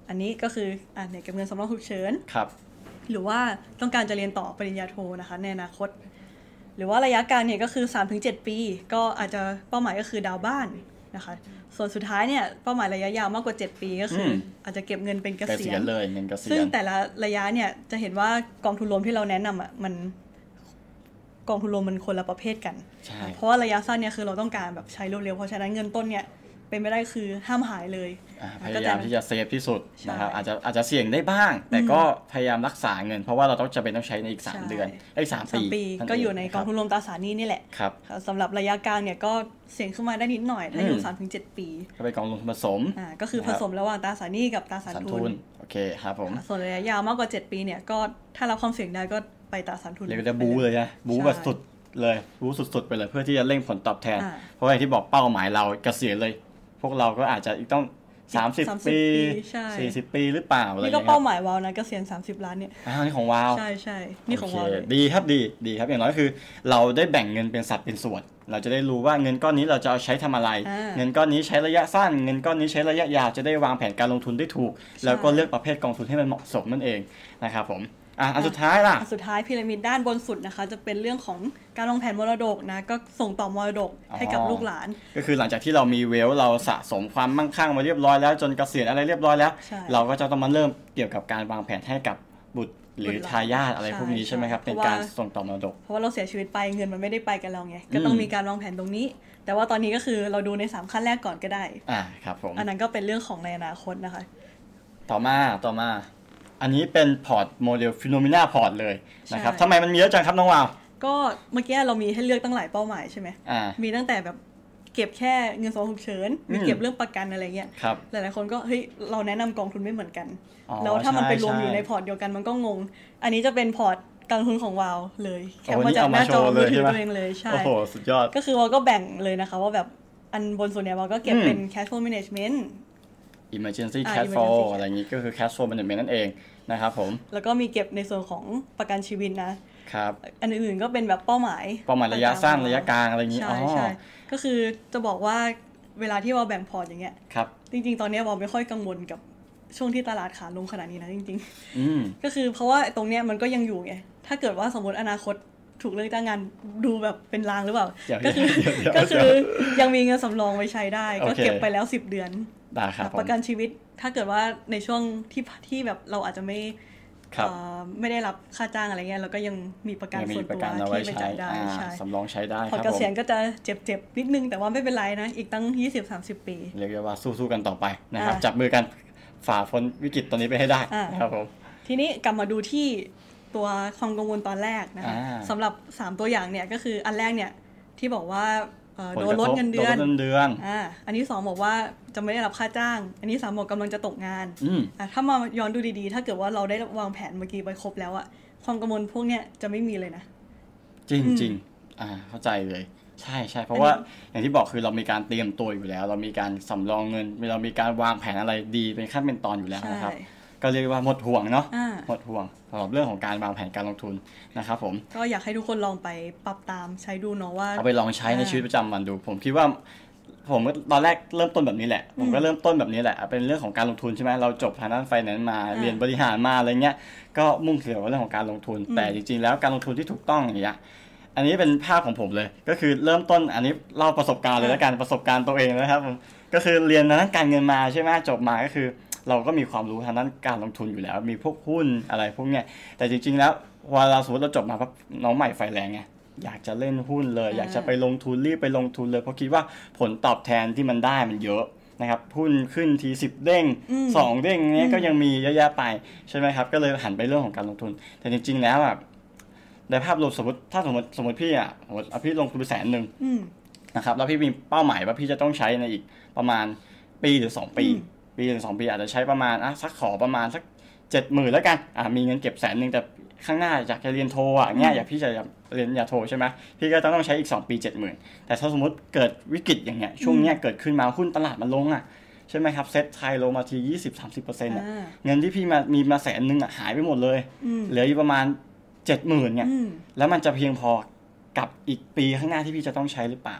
อันนี้ก็คืออ่าเนี่ยเก็บเงินสำรองฉุกเฉินครับหรือว่าต้องการจะเรียนต่อปริญญาโทนะคะในอนาคตหรือว่าระยะกลางเนี่ยก็คือ สามถึงเจ็ด ปีก็อาจจะเป้าหมายก็คือดาวบ้านนะคะส่วนสุดท้ายเนี่ยเป้าหมายระยะยาวมากกว่าเจ็ดปีก็คืออาจจะเก็บเงินเป็นเกษียณเลยเงินเกษียณซึ่งแต่ละระยะเนี่ยจะเห็นว่ากองทุนรวมที่เราแนะนำอ่ะมันกองทุนรวมมันคนละประเภทกันเพราะว่าระยะสั้นเนี่ยคือเราต้องการแบบใช้เร็วๆเพราะฉะนั้นเงินต้นเนี่ยเป็นไม่ได้คือห้ามหายเลยพยายามที่จะเซฟที่สุดนะครับอาจจะอาจจะเสี่ยงได้บ้างแต่ก็พยายามรักษาเงินเพราะว่าเราต้องจะเป็นต้องใช้ในอีกสามเดือนอีกสามปีก็อยู่ในกองทุนรวมตราสารหนี้นี่แหละสำหรับระยะกลางเนี่ยก็เสี่ยงขึ้นมาได้นิดหน่อยถ้าอยู่ สามถึงเจ็ด ปีก็เป็นกองทุนผสมอ่าก็คือผสมระหว่างตราสารหนี้กับตราสารทุนโอเคครับผมส่วนระยะยาวมากกว่าเจ็ดปีเนี่ยก็ถ้ารับความเสี่ยงได้ก็ไปตราสารทุนเรียกว่าบู๊เลยนะบู๊แบบสุดเลยบู๊สุดๆไปเลยเพื่อที่จะเร่งผลตอบแทนเพราะว่าอย่างที่บอกเป้าหมายเราเกษียณเลยพวกเราก็อาจจะอีกต้องสามสิบปีสี่สิบปีหรือเปล่าอะไรนี่ก็เป้าหมายวาวนะเกษียณสามสิบล้านเนี่ยอ้าวนี่ของวาวใช่ๆนี่ของวาวดีครับดีดีครับอย่างน้อยคือเราได้แบ่งเงินเป็นสัดเป็นส่วนเราจะได้รู้ว่าเงินก้อนนี้เราจะเอาใช้ทำอะไรเงินก้อนนี้ใช้ระยะสั้นเงินก้อนนี้ใช้ระยะยาวจะได้วางแผนการลงทุนได้ถูกแล้วก็เลือกประเภทกองทุนให้มันเหมาะสมนั่นเองนะครับผมอ่ะอันสุดท้ายล่ะอันสุดท้ายพีระมิดด้านบนสุดนะคะจะเป็นเรื่องของการวางแผนมรดกนะก็ส่งต่อมรดกให้กับลูกหลานก็คือหลังจากที่เรามีเวลเราสะสมความมั่งคั่งมาเรียบร้อยแล้วจนเกษียณอะไรเรียบร้อยแล้วเราก็จะต้องมาเริ่มเกี่ยวกับการวางแผนให้กับบุตรหรือทายาทอะไรพวกนี้ใช่ไหมครับเป็นการส่งต่อมรดกเพราะว่าเราเสียชีวิตไปเงินมันไม่ได้ไปกับเราไงก็ต้องมีการวางแผนตรงนี้แต่ว่าตอนนี้ก็คือเราดูในสามขั้นแรกก่อนก็ได้อ่าครับผมอันนั้นก็เป็นเรื่องของในอนาคตนะคะต่อมาต่อมาอันนี้เป็นพอร์ตโมเดลฟิโนเมนาพอร์ตเลยนะครับทำไมมันมีเยอะจังครับน้องวาวก็เมื่อกี้เรามีให้เลือกตั้งหลายเป้าหมายใช่ไหมมีตั้งแต่แบบเก็บแค่เงินสำรองฉุกเฉินมีเก็บเรื่องประกันอะไรเงี้ยหลายๆคนก็เฮ้ยเราแนะนำกองทุนไม่เหมือนกันแล้วถ้ามันไปรวมอยู่ในพอร์ตเดียวกันมันก็งงอันนี้จะเป็นพอร์ตการลงทุนของวาวเลยแค่มาจากหน้าจอมือถือตัวเองเลยใช่โอ้โหสุดยอดก็คือวาวก็แบ่งเลยนะคะว่าแบบอันบนส่วนใหญ่วาวก็เก็บเป็น cash flow management emergency cash flow อะไรอย่างนี้ก็คือ cash flow management นั่นเองนะครับผมแล้วก็มีเก็บในส่วนของประกันชีวิตนะครับอันอื่นๆก็เป็นแบบเป้าหมายเป้าหมายระยะสั้นระยะกลางอะไรอย่างนี้อ๋อใช่ก็คือจะบอกว่าเวลาที่วอลแบ่งพอร์ตอย่างเงี้ยครับจริงๆตอนนี้วอลไม่ค่อยกังวลกับช่วงที่ตลาดขาลงขนาดนี้นะจริงๆก็คือเพราะว่าตรงเนี้ยมันก็ยังอยู่ไงถ้าเกิดว่าสมมติอนาคตถูกเลือกจ้างงานดูแบบเป็นลางหรือเปล่าก็คือก็คือยังมีเงินสำรองไว้ใช้ได้ก็เก็บไปแล้วสิบเดือนประกันชีวิตถ้าเกิดว่าในช่วงที่ที่แบบเราอาจจะไม่ไม่ได้รับค่าจ้างอะไรเงี้ยเราก็ยังมีประกันส่วนตัวที่ไปจ่ายได้ใช่สำรองใช้ได้พอเกษียณก็จะเจ็บๆนิดนึงแต่ว่าไม่เป็นไรนะอีกตั้ง ยี่สิบถึงสามสิบ ปีเรียกว่าสู้ๆกันต่อไปนะครับจับมือกันฝ่าพ้นวิกฤตตอนนี้ไปให้ได้ครับผมทีนี้กลับมาดูที่ตัวความกังวลตอนแรกนะคะสำหรับสามตัวอย่างเนี่ยก็คืออันแรกเนี่ยที่บอกว่าโดนลดเงินเดือนอ่าอันที่สองบอกว่าจะไม่ได้รับค่าจ้างอันที่สามบอกกำลังจะตกงานอ่าถ้ามาย้อนดูดีๆถ้าเกิดว่าเราได้วางแผนเมื่อกี้ไปครบแล้วอะความกังวลพวกเนี้ยจะไม่มีเลยนะจริงจริงอ่าเข้าใจเลยใช่ใช่เพราะว่าอย่างที่บอกคือเรามีการเตรียมตัวอยู่แล้วเรามีการสำรองเงินเรามีการวางแผนอะไรดีเป็นขั้นเป็นตอนอยู่แล้วนะครับก็เรียกว่าหมดห่วงเนาะหมดห่วงสำหรับเรื่องของการวางแผนการลงทุนนะครับผมก็อยากให้ทุกคนลองไปปรับตามใช้ดูเนาะว่าเอาไปลองใช้ในชีวิตประจำวันดูผมคิดว่าผมตอนแรกเริ่มต้นแบบนี้แหละผมก็เริ่มต้นแบบนี้แหละเป็นเรื่องของการลงทุนใช่ไหมเราจบทางด้านไฟแนนซ์มาเรียนบริหารมาอะไรเงี้ยก็มุ่งเกี่ยวกับเรื่องของการลงทุนแต่จริงๆแล้วการลงทุนที่ถูกต้องอย่างเงี้ยอันนี้เป็นภาพของผมเลยก็คือเริ่มต้นอันนี้เล่าประสบการณ์เลยแล้วกันประสบการณ์ตัวเองนะครับก็คือเรียนทางด้านการเงินมาใช่ไหมจบมาก็คือเราก็มีความรู้ทางด้านการลงทุนอยู่แล้วมีพวกหุ้นอะไรพวกเนี้ยแต่จริงๆแล้วเวลาสมมติเราจบมาปั๊บน้องใหม่ไฟแรงไงอยากจะเล่นหุ้นเลยอยากจะไปลงทุนรีบไปลงทุนเลยเพราะคิดว่าผลตอบแทนที่มันได้มันเยอะนะครับหุ้นขึ้นทีสิบเด้งสองเด้งเนี้ยก็ยังมีเยอะแยะไปใช่ไหมครับก็เลยหันไปเรื่องของการลงทุนแต่จริงๆแล้วอ่ะในภาพรวมสมมติถ้าสมมติสมมติพี่อ่ะสมมติพี่ลงทุนไปแสนนึงนะครับแล้วพี่มีเป้าหมายว่าพี่จะต้องใช้ในอีกประมาณปีหรือสองปีปีหรือสองปีอาจจะใช้ประมาณอ่ะสักขอประมาณสัก เจ็ดหมื่น แล้วกันอ่ะมีเงินเก็บแสนนึงแต่ข้างหน้าอยากจะเรียนโทอ่ะเงี้ยอยากพี่จะเรียนยาโทใช่ไหมั้ยพี่ก็ต้องใช้อีกสองปี เจ็ดหมื่น แต่ถ้าสมมุติเกิดวิกฤตอย่างเงี้ยช่วงเนี้ยเกิดขึ้นมาหุ้นตลาดมันลงอ่ะใช่มั้ยครับเซ็ตไทยลงมาที ยี่สิบถึงสามสิบเปอร์เซ็นต์ อ่ะเงินที่พี่มามีมาแสนนึงอ่ะหายไปหมดเลยเหลืออยู่ประมาณ เจ็ดหมื่น เนี่ยแล้วมันจะเพียงพอกับอีกปีข้างหน้าที่พี่จะต้องใช้หรือเปล่า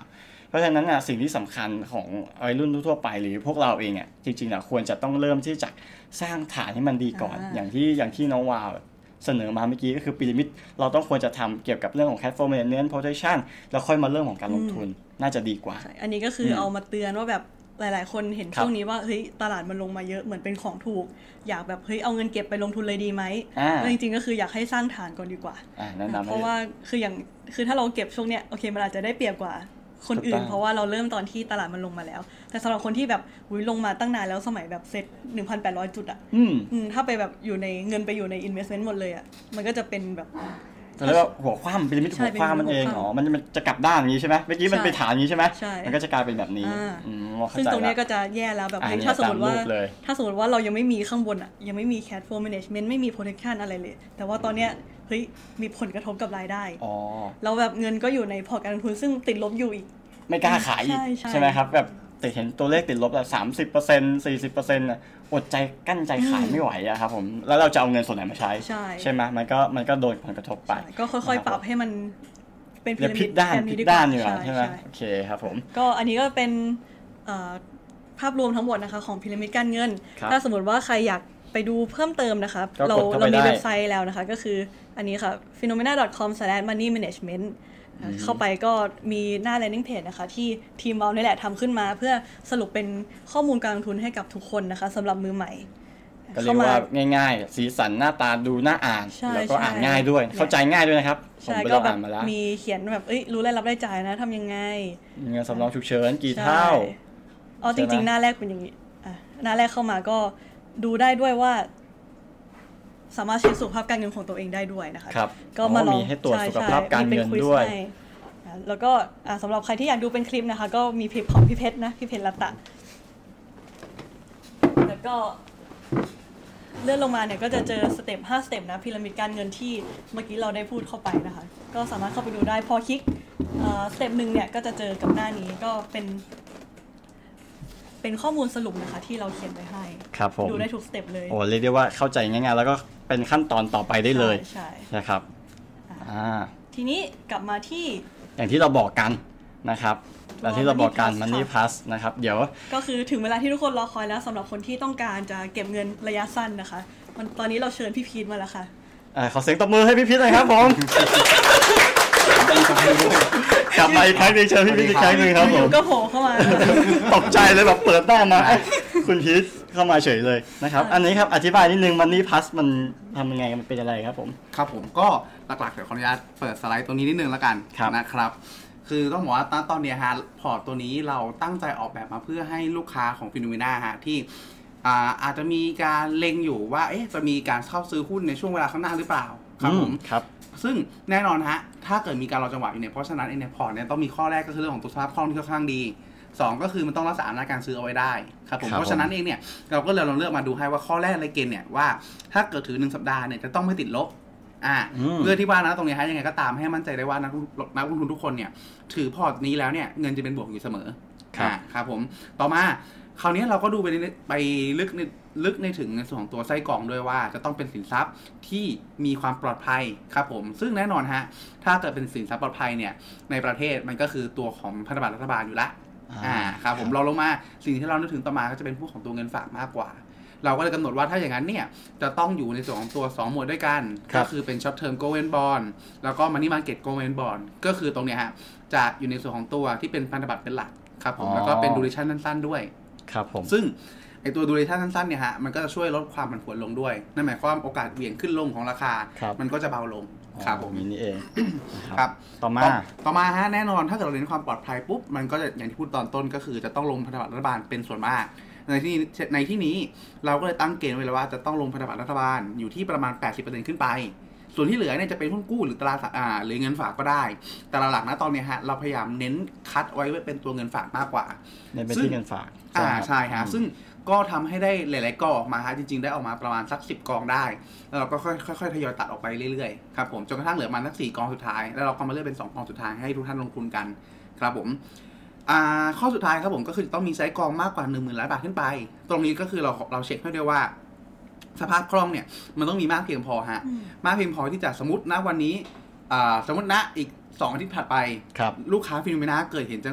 เพราะฉะนั้นอ่ะสิ่งที่สำคัญของวัยรุ่นทั่วไปหรือพวกเราเองอ่ะจริงๆอ่ะควรจะต้องเริ่มที่จะสร้างฐานให้มันดีก่อนอย่างที่อย่างที่น้องวาวเสนอมาเมื่อกี้ก็คือพีระมิดเราต้องควรจะทำเกี่ยวกับเรื่องของ cash flow management protection แล้วค่อยมาเรื่องของการลงทุนน่าจะดีกว่าอันนี้ก็คือเอามาเตือนว่าแบบหลายๆคนเห็นช่วงนี้ว่าเฮ้ยตลาดมันลงมาเยอะเหมือนเป็นของถูกอยากแบบเฮ้ยเอาเงินเก็บไปลงทุนเลยดีไหมจริงๆก็คืออยากให้สร้างฐานก่อนดีกว่าเพราะว่าคืออย่างคือถ้าเราเก็บช่วงเนี้ยโอเคมันอาจจะได้เปรียบกว่าคนอื่นเพราะว่าเราเริ่มตอนที่ตลาดมันลงมาแล้วแต่สำหรับคนที่แบบอุ๊ยลงมาตั้งนานแล้วสมัยแบบเซ็ต หนึ่งพันแปดร้อย จุดอ่ะถ้าไปแบบอยู่ในเงินไปอยู่ใน investment หมดเลยอ่ะมันก็จะเป็นแบบแล้วก็หัวคว่ำพีระมิดหัวคว่ำมันเองอ๋อมันจะกลับด้านอย่างนี้ใช่ไหมเมื่อกี้มันไปฐานอย่างนี้ใช่ไหมมันก็จะกลายเป็นแบบนี้ซึ่งตรงนี้ก็จะแย่แล้วแบบถ้าสมมติว่าถ้าสมมติว่าเรายังไม่มีข้างบนอ่ะยังไม่มี cash flow management ไม่มี protection อะไรเลยแต่ว่าตอนเนี้ยเฮ้ยมีผลกระทบกับรายได้เราแบบเงินก็อยู่ในพอร์ตการลงทุนซึ่งติดลบอยู่อีกไม่กล้าขายอีกใช่ไหมครับแบบแต่เห็นตัวเลขติดลบแบบสามสิบเปอร์เซ็นต์ สี่สิบเปอร์เซ็นต์อ่ะอดใจกั้นใจขายไม่ไหวอะครับผมแล้วเราจะเอาเงินส่วนไหนมาใช้ใช่ไหมมันก็มันก็โดนผลกระทบไปก็ค่อยๆปรับให้มันเป็นพีระมิดด้านพลิกด้านอยู่ใช่ไหมโอเคครับผมก็อันนี้ก็เป็นภาพรวมทั้งหมดนะคะของพีระมิดการเงินถ้าสมมติว่าใครอยากไปดูเพิ่มเติมนะคะเราเรามีเว็บไซต์แล้วนะคะก็คืออันนี้ค่ะ ฟีโนเมนา ดอท คอม สแลช มันนี่แมเนจเมนต์ เข้าไปก็มีหน้า landing page นะคะที่ทีมเรานี่แหละทำขึ้นมาเพื่อสรุปเป็นข้อมูลการลงทุนให้กับทุกคนนะคะสำหรับมือใหม่ก็เรียกว่าง่ายๆสีสันหน้าตาดูน่าอ่านแล้วก็อ่านง่ายด้วยเข้าใจง่ายด้วยนะครับผมไปลองอ่านมาแล้วมีเขียนแบบเอ้ยรู้รายรับรายจ่ายนะทำยังไงเงินสำรองฉุกเฉินกี่เท่าอ๋อจริงๆหน้าแรกเป็นอย่างนี้อ่ะหน้าแรกเข้ามาก็ดูได้ด้วยว่าสามารถเช็คสุขภาพการเงินของตัวเองได้ด้วยนะคะก็มาลองมีให้ตรวจสุขภาพการเงินด้วยแล้วก็สำหรับใครที่อยากดูเป็นคลิปนะคะก็มีคลิปของพี่เพชรนะพี่เพชรรัตะแล้วก็เลื่อนลงมาเนี่ยก็จะเจอสเต็ปห้าสเต็ปนะพีระมิดการเงินที่เมื่อกี้เราได้พูดเข้าไปนะคะก็สามารถเข้าไปดูได้พอคลิกสเต็ปหนึ่งเนี่ยก็จะเจอกับหน้านี้ก็เป็นเป็นข้อมูลสรุปนะคะที่เราเขียนไว้ให้ดูได้ทุกสเต็ปเลยโอ้เรียกได้ว่าเข้าใจง่ายๆแล้วก็เป็นขั้นตอนต่อไปได้เลยใช่นะครับอ่าทีนี้กลับมาที่อย่างที่เราบอกกันนะครับอย่างที่เราบอกกัน Money Plus นะครับเดี๋ยวก็คือถึงเวลาที่ทุกคนรอคอยแล้วสำหรับคนที่ต้องการจะเก็บเงินระยะสั้นนะคะตอนนี้เราเชิญพี่พีทมาแล้วค่ะอ่าขอเสียงตบมือให้พี่พีทหน่อยครับผมกลับมาอีกครั้งนึงเชิญพี่พีทอีกครั้งนึงครับผมก็โผล่เข้ามาตกใจเลยแบบเปิดหน้ามาคุณพีทเข้ามาเฉยเลยนะครับอันนี้ครับอธิบายนิดนึง Money Plus มันทำยังไงมันเป็นอะไรครับผมครับผมก็หลักๆเดี๋ยวขออนุญาตเปิดสไลด์ตัวนี้นิดนึงแล้วกันนะครับคือต้องบอกว่าตอนนี้ฮะพอร์ตตัวนี้เราตั้งใจออกแบบมาเพื่อให้ลูกค้าของฟีโนเมนาฮะที่อาจจะมีการเล็งอยู่ว่าเอ๊ะจะมีการเข้าซื้อหุ้นในช่วงเวลาข้างหน้าหรือเปล่าครับผมครับซึ่งแน่นอนฮะถ้าเกิดมีการรอจังหวะอยู่เนี่ยเพราะฉะนั้นในพอร์ตเนี่ยต้องมีข้อแรกก็คือเรื่องของตัวสภาพคล่องที่ค่อนข้างดีสองก็คือมันต้องรักษาอำนาจการซื้อเอาไว้ได้ครับผมเพราะฉะนั้นเองเนี่ยเราก็เลยลองเลือกมาดูให้ว่าข้อแรกในเกณฑ์เนี่ยว่าถ้าเกิดถือหนึ่งสัปดาห์เนี่ยจะต้องไม่ติดลบอ่าเพื่อที่ว่านะตรงนี้ฮะยังไงก็ตามให้มั่นใจได้ว่านักนักลงทุนทุกคนเนี่ยถือพอร์ตนี้แล้วเนี่ยเงินจะเป็นบวกอยู่เสมอครับครับผมต่อมาคราวนี้เราก็ดูไปไปลึกในลึกในถึงในส่วนของตัวไส้กรองด้วยว่าจะต้องเป็นสินทรัพย์ที่มีความปลอดภัยครับผมซึ่งแน่นอนฮะถ้าเกิดเป็นสินทรัพย์ปลอดภัยเนี่ยในประเทศมันก็คือตัวของพันธบัตรรัฐบาลอยู่ละอ่าครับผมเราลงมาสิ่งที่เรานึกถึงต่อมาก็จะเป็นพวกของตัวเงินฝากมากกว่าเราก็เลยกำหนดว่าถ้าอย่างนั้นเนี่ยจะต้องอยู่ในส่วนของตัวสองหมวดด้วยกันก็คือเป็น short term government bond แล้วก็ money market government bond ก็คือตรงเนี้ยฮะจะอยู่ในส่วนของตัวที่เป็นพันธบัตรเป็นหลักครับผมแล้วก็เป็น duration สั้นๆด้วยครับผมซึ่งไอตัว duration สั้นๆเนี่ยฮะมันก็จะช่วยลดความผันผวนลงด้วยนั่นหมายความว่าโอกาสเหวี่ยงขึ้นลงของราคามันก็จะเบาลงครับผมนี่เองครับต่อมาต่อมาฮะแน่นอนถ้าเกิดเราเน้นความปลอดภัยปุ๊บมันก็จะอย่างที่พูดตอนต้นก็คือจะต้องลงพันธบัตรรัฐบาลเป็นส่วนมากในที่ในที่นี้เราก็เลยตั้งเกณฑ์ไว้แล้วว่าจะต้องลงพันธบัตรรัฐบาลอยู่ที่ประมาณ แปดสิบเปอร์เซ็นต์ ขึ้นไปส่วนที่เหลือเนี่ยจะเป็นหุ้นกู้หรือตราสารอ่าหรือเงินฝากก็ได้แต่หลักๆนะตอนนี้ฮะเราพยายามเน้นคัดไว้เป็นตัวเงินฝากมากกว่าเน้นเป็นที่เงินฝากอ่าใช่ฮะซึ่งก็ทำให้ได้หลายๆกองออกมาฮะจริงๆได้ออกมาประมาณสักสิบกองได้แล้วเราก็ค่อยๆทยอยตัดออกไปเรื่อยๆครับผมจนกระทั่งเหลือมาสักสี่กองสุดท้ายแล้วเราก็มาเลือกเป็นสองกองสุดท้ายให้ทุกท่านลงทุนกันครับผมอ่าข้อสุดท้ายครับผมก็คือต้องมีไซส์กองมากกว่า หนึ่งหมื่น ล้านบาทขึ้นไปตรงนี้ก็คือเราเราเช็คให้ด้วยว่าสภาพคล่องเนี่ยมันต้องมีมากเพียงพอฮะมากเพียงพอที่จะสมมติณวันนี้อ่าสมมติณอีกสองอาทิตย์ถัดไปลูกค้าฟีโนเมนาเกิดเห็นจังหวะ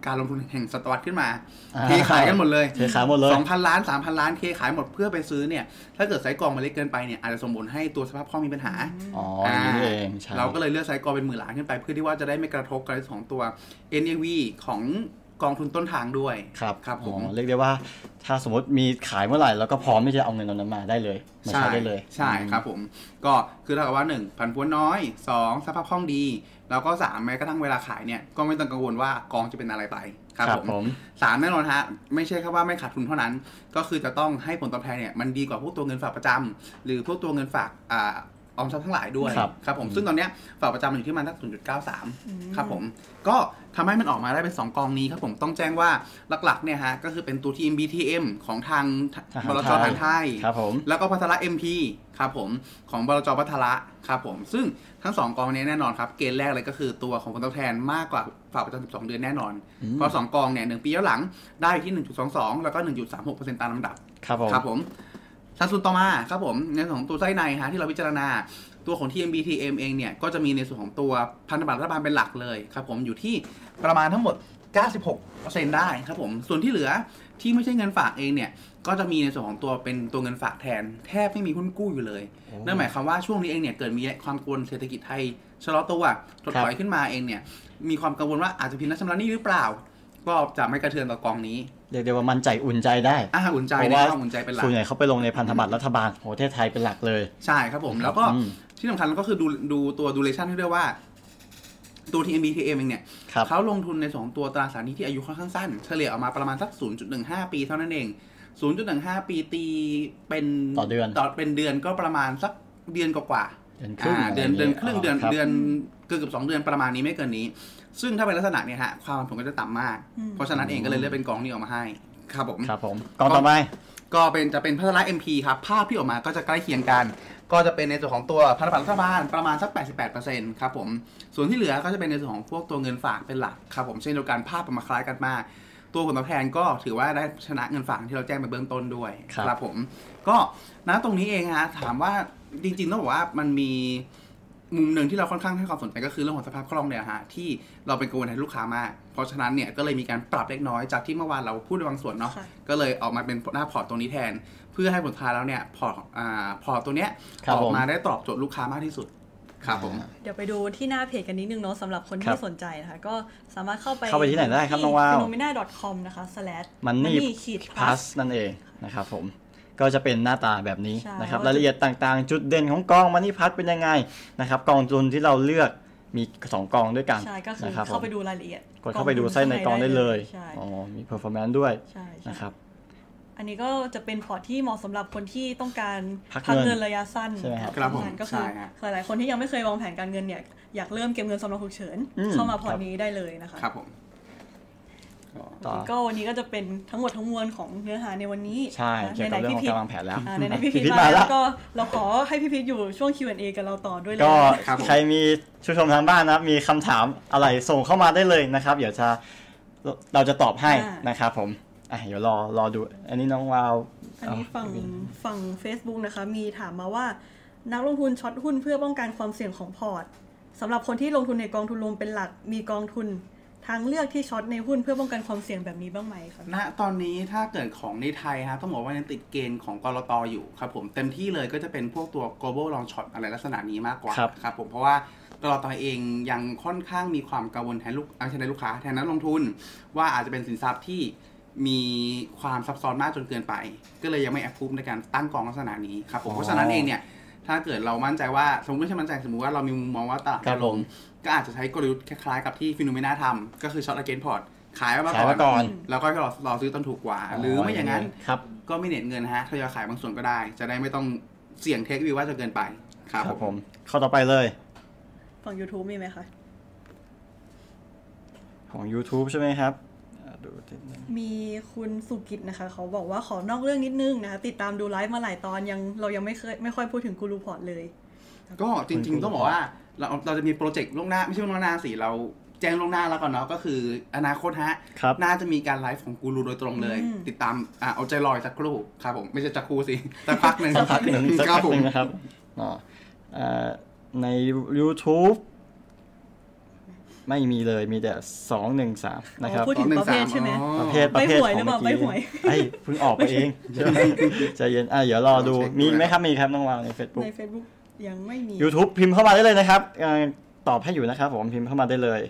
การลงทุนแห่งศตวรรษขึ้นมาเทขายกันหมดเลยเทขายหมดเลยสองพัน ล้าน สามพัน ล้านเทขายหมดเพื่อไปซื้อเนี่ยถ้าเกิดไซส์กองมันเล็กเกินไปเนี่ยอาจจะส่งผลให้ตัวสภาพคล่องมีปัญหาอ๋อนี่เองใช่เราก็เลยเลือกไซส์กองเป็นหมื่นล้านขึ้นไปเพื่อที่ว่าจะได้ไม่กระทบกับของตัว เอ็น เอ วี ของกองทุนต้นทางด้วยครับครับผมเรียกได้ว่าถ้าสมมติมีขายเมื่อไหร่เราก็พร้อมที่จะเอาเงินตรงนั้นมาได้เลยมาใช้ได้เลยใช่ครับผมก็คือเท่ากับว่าหนึ่งผันผวนน้อยสองสภาพคล่องดีแล้วก็สามแม้กระทั่งเวลาขายเนี่ยก็ไม่ต้องกังวลว่ากองจะเป็นอะไรไปครับผมสามแน่นอนฮะไม่ใช่แค่ว่าไม่ขาดทุนเท่านั้นก็คือจะต้องให้ผลตอบแทนเนี่ยมันดีกว่าพวกตัวเงินฝากประจำหรือพวกตัวเงินฝากอ่าออมทรัพย์ทั้งหลายด้วยครับผมซึ่งตอนนี้ฝากประจำอยู่ที่มันสัก ศูนย์จุดเก้าสาม ครับผมก็ทำให้มันออกมาได้เป็นสองกองนี้ครับผมต้องแจ้งว่าหลักๆเนี่ยฮะก็คือเป็นตัว ที เอ็ม บี ที เอ็ม ของทางบลจ.ทหารไทยครับผมแล้วก็พัทละ เอ็ม พี ครับผมของบลจ.พัทละครับผมซึ่งทั้งสองกองนี้แน่นอนครับเกณฑ์แรกเลยก็คือตัวของผลตอบแทนมากกว่าฝากประจำสิบสองเดือนแน่นอนเพราะสองกองเนี่ยหนึ่งปีย้อนหลังได้ที่ หนึ่งจุดสองสอง แล้วก็ หนึ่งจุดสามหกเปอร์เซ็นต์ ตามลำดับครับผมครับผมสัดส่วนต่อมาครับผมในส่วนของตัวไส้ในฮะที่เราพิจารณาตัวของ ที เอ็ม บี ที เอ็ม เองเนี่ยก็จะมีในส่วนของตัวพันธบัตรรัฐบาลเป็นหลักเลยครับผมอยู่ที่ประมาณทั้งหมด เก้าสิบหกเปอร์เซ็นต์ ได้ครับผมส่วนที่เหลือที่ไม่ใช่เงินฝากเองเนี่ยก็จะมีในส่วนของตัวเป็นตัวเงินฝากแทนแทบไม่มีหุ้นกู้อยู่เลยนั่นหมายความว่าช่วงนี้เองเนี่ยเกิดมีความกังวลเศรษฐกิจไทยชะลอตัวถดถอยขึ้นมาเองเนี่ยมีความกังวลว่าอาจจะพินาศชำระหนี้หรือเปล่าก็จะไม่กระเทือนต่อกองนี้เรียกได้ว่ามั่นใจอุ่นใจได้อ่าอุ่นใจเพราะว่าอุ่นใจเป็นหลักส่วนใหญ่เขาไปลงในพันธบัตรรัฐบาลของประเทศไทยเป็นหลักเลยใช่ครับผมแล้วก็ที่สำคัญก็คือดูดูตัว duration ที่เรียกว่าตัว ที เอ็ม บี ที เอ็ม เองเนี่ยเขาลงทุนในสองตัวตราสารหนี้ที่อายุค่อนข้างสั้นเฉลี่ยออกมาประมาณสัก ศูนย์จุดหนึ่งห้า ปีเท่านั้นเอง ศูนย์จุดหนึ่งห้า ปีตีเป็นต่อเดือนต่อเป็นเดือนก็ประมาณสักเดือนกว่าๆเดือนครึ่งเดือนเดือนครึ่งเดือนเดือนเกือบสองเดือนประมาณนี้ไม่เกินนี้ซึ่งถ้าเป็นลักษณะเนี่ยฮะความผันผวนก็จะต่ำมากเพราะฉะนั้นเองก็เลยเลือกเป็นกองนี้ออกมาให้ครับผมครับผมกองต่อไปก็เป็นจะเป็นพัฒนา เอ็ม พี ครับภาพที่ออกมาก็จะใกล้เคียงกันก็จะเป็นในส่วนของตัวพันธบัตรรัฐบาลประมาณสัก แปดสิบแปดเปอร์เซ็นต์ ครับผมส่วนที่เหลือก็จะเป็นในส่วนของพวกตัวเงินฝากเป็นหลักครับผมเช่นเดียวกันภาพออกมาคล้ายกันมากตัวผลตอบแทนก็ถือว่าได้ชนะเงินฝากที่เราแจ้งไปเบื้องต้นด้วยครับผมก็ณตรงนี้เองฮะถามว่าจริงๆต้องบอกว่ามันมีมุมหนึ่งที่เราค่อนข้างให้ความสนใจก็คือเรื่องของสภาพคล่องเนี่ยฮะที่เราเป็นกังวลให้ลูกค้ามากเพราะฉะนั้นเนี่ยก็เลยมีการปรับเล็กน้อยจากที่เมื่อวานเราพูดในบางส่วนเนาะก็เลยออกมาเป็นหน้าพอร์ตตรงนี้แทนเพื่อให้ผลท้ายแล้วเนี่ยพอร์ตอ่าพอร์ตตัวเนี้ยออกมาได้ตอบโจทย์ลูกค้ามากที่สุดครับผมเดี๋ยวไปดูที่หน้าเพจกันนิดนึงเนาะสำหรับคนที่สนใจนะคะก็สามารถเข้าไปเข้าไปที่ไหนได้ครับน้องว้าวฟีโนเมนา ดอท คอม นะคะ slash money plus นั่นเองนะครับผมก็จะเป็นหน้าตาแบบนี้นะครับรายละเอียดต่างๆจุดเด่นของกอง Money Plus เป็นยังไงนะครับกองทุนที่เราเลือกมีสองกองด้วยกันใช่ก็คือเข้าไปดูรายละเอียดกดเข้าไปดูไส้ในกองได้เลยอ๋อมี performance ด้วยนะครับอันนี้ก็จะเป็นพอร์ตที่เหมาะสำหรับคนที่ต้องการพักเงินระยะสั้นใช่ไหมครับก็คือหลายๆคนที่ยังไม่เคยวางแผนการเงินเนี่ยอยากเริ่มเก็บเงินสำรองฉุกเฉินเข้ามาพอร์ตนี้ได้เลยนะคะครับผมก็วันนี้ก็จะเป็นทั้งหมดทั้งมวลของเนื้อหาในวันนี้ใช่เกี่ยวกับเรื่องของการวางแผนแล้วในในพี่พิษมาแล้วก็เราขอให้พี่พิษอยู่ช่วง คิว แอนด์ เอ กับเราต่อด้วยเลยก็ใครมีผู้ชมทางบ้านนะมีคำถามอะไรส่งเข้ามาได้เลยนะครับเดี๋ยวจะเราจะตอบให้นะครับผมอ่ะเดี๋ยวรอรอดูอันนี้น้องวาวอันนี้ฝั่งฝั่ง Facebook นะคะมีถามมาว่านักลงทุนช็อตหุ้นเพื่อป้องกันความเสี่ยงของพอร์ตสำหรับคนที่ลงทุนในกองทุนรวมเป็นหลักมีกองทุนทางเลือกที่ช็อตในหุ้นเพื่อป้องกันความเสี่ยงแบบนี้บ้างไหมครับณตอนนี้ถ้าเกิดของในไทยฮะต้องบอกว่ายังติดเกณฑ์ของกลต.อยู่ครับผมเต็มที่เลยก็จะเป็นพวกตัว global long short อะไรลักษณะนี้มากกว่าครับผมเพราะว่ากลต.เองยังค่อนข้างมีความกังวลแทนลูกแทนลูกค้าแทนนักลงทุนว่าอาจจะเป็นสินทรัพย์ที่มีความซับซ้อนมากจนเกินไปก็เลยยังไม่แอปพูฟในการตั้งกองลักษณะนี้ครับผมเพราะฉะนั้นเองเนี่ยถ้าเกิดเรามั่นใจว่าสมมติไม่ใช่มั่นใจสมมติว่าเรามีมุมมองว่าตลาดจะลงก็อาจจะใช้กลยุทธ์คล้ายๆกับที่ฟิโนเมนาทำก็คือช็อตอเกนพอร์ตขายมาก่อนแล้วก็รอรอซื้อต้นถูกกว่าหรือไม่อย่างนั้นก็ไม่เน็ตเงินฮะทยอยขายบางส่วนก็ได้จะได้ไม่ต้องเสี่ยงเทควิวว่าจะเกินไปครับผมเข้าต่อไปเลยฝั่ง YouTube มีไหมคะของ YouTube ใช่ไหมครับมีคุณสุกิจนะคะเขาบอกว่าขอนอกเรื่องนิดนึงนะคะติดตามดูไลฟ์มาหลายตอนยังเรายังไม่เคยไม่ค่อยพูดถึงกูรูพอร์ตเลยก็จริงๆต้องบอกว่าเราเราจะมีโปรเจกต์ล่วงหน้าไม่ใช่ล่วงหน้าสิเราแจ้งล่วงหน้าแล้วก่อนเนาะก็คืออนาคตฮะน่าจะมีการไลฟ์ของกูรูโดยตรงเลยติดตามอ่าเอาใจลอยสักครู่ครับผมไม่ใช่จักคูสิสักพักนึงสักพักนึงครับผมนะครับอ๋อใน YouTube ไม่มีเลยมีแต่สอง หนึ่ง สามนะครับพูดถึงประเภทใช่ไหมประเภทประเภทของเมื่อกี้ไอ้เพิ่งออกไปเองใจเย็นอ่ะเดี๋ยวรอดูมีไหมครับมีครับน้องวาวใน Facebook ใน Facebook ยังไม่มี YouTube พิมพ์เข้ามาได้เลยนะครับตอบให้อยู่นะครับผมพิมพ์เข้ามาได้เลย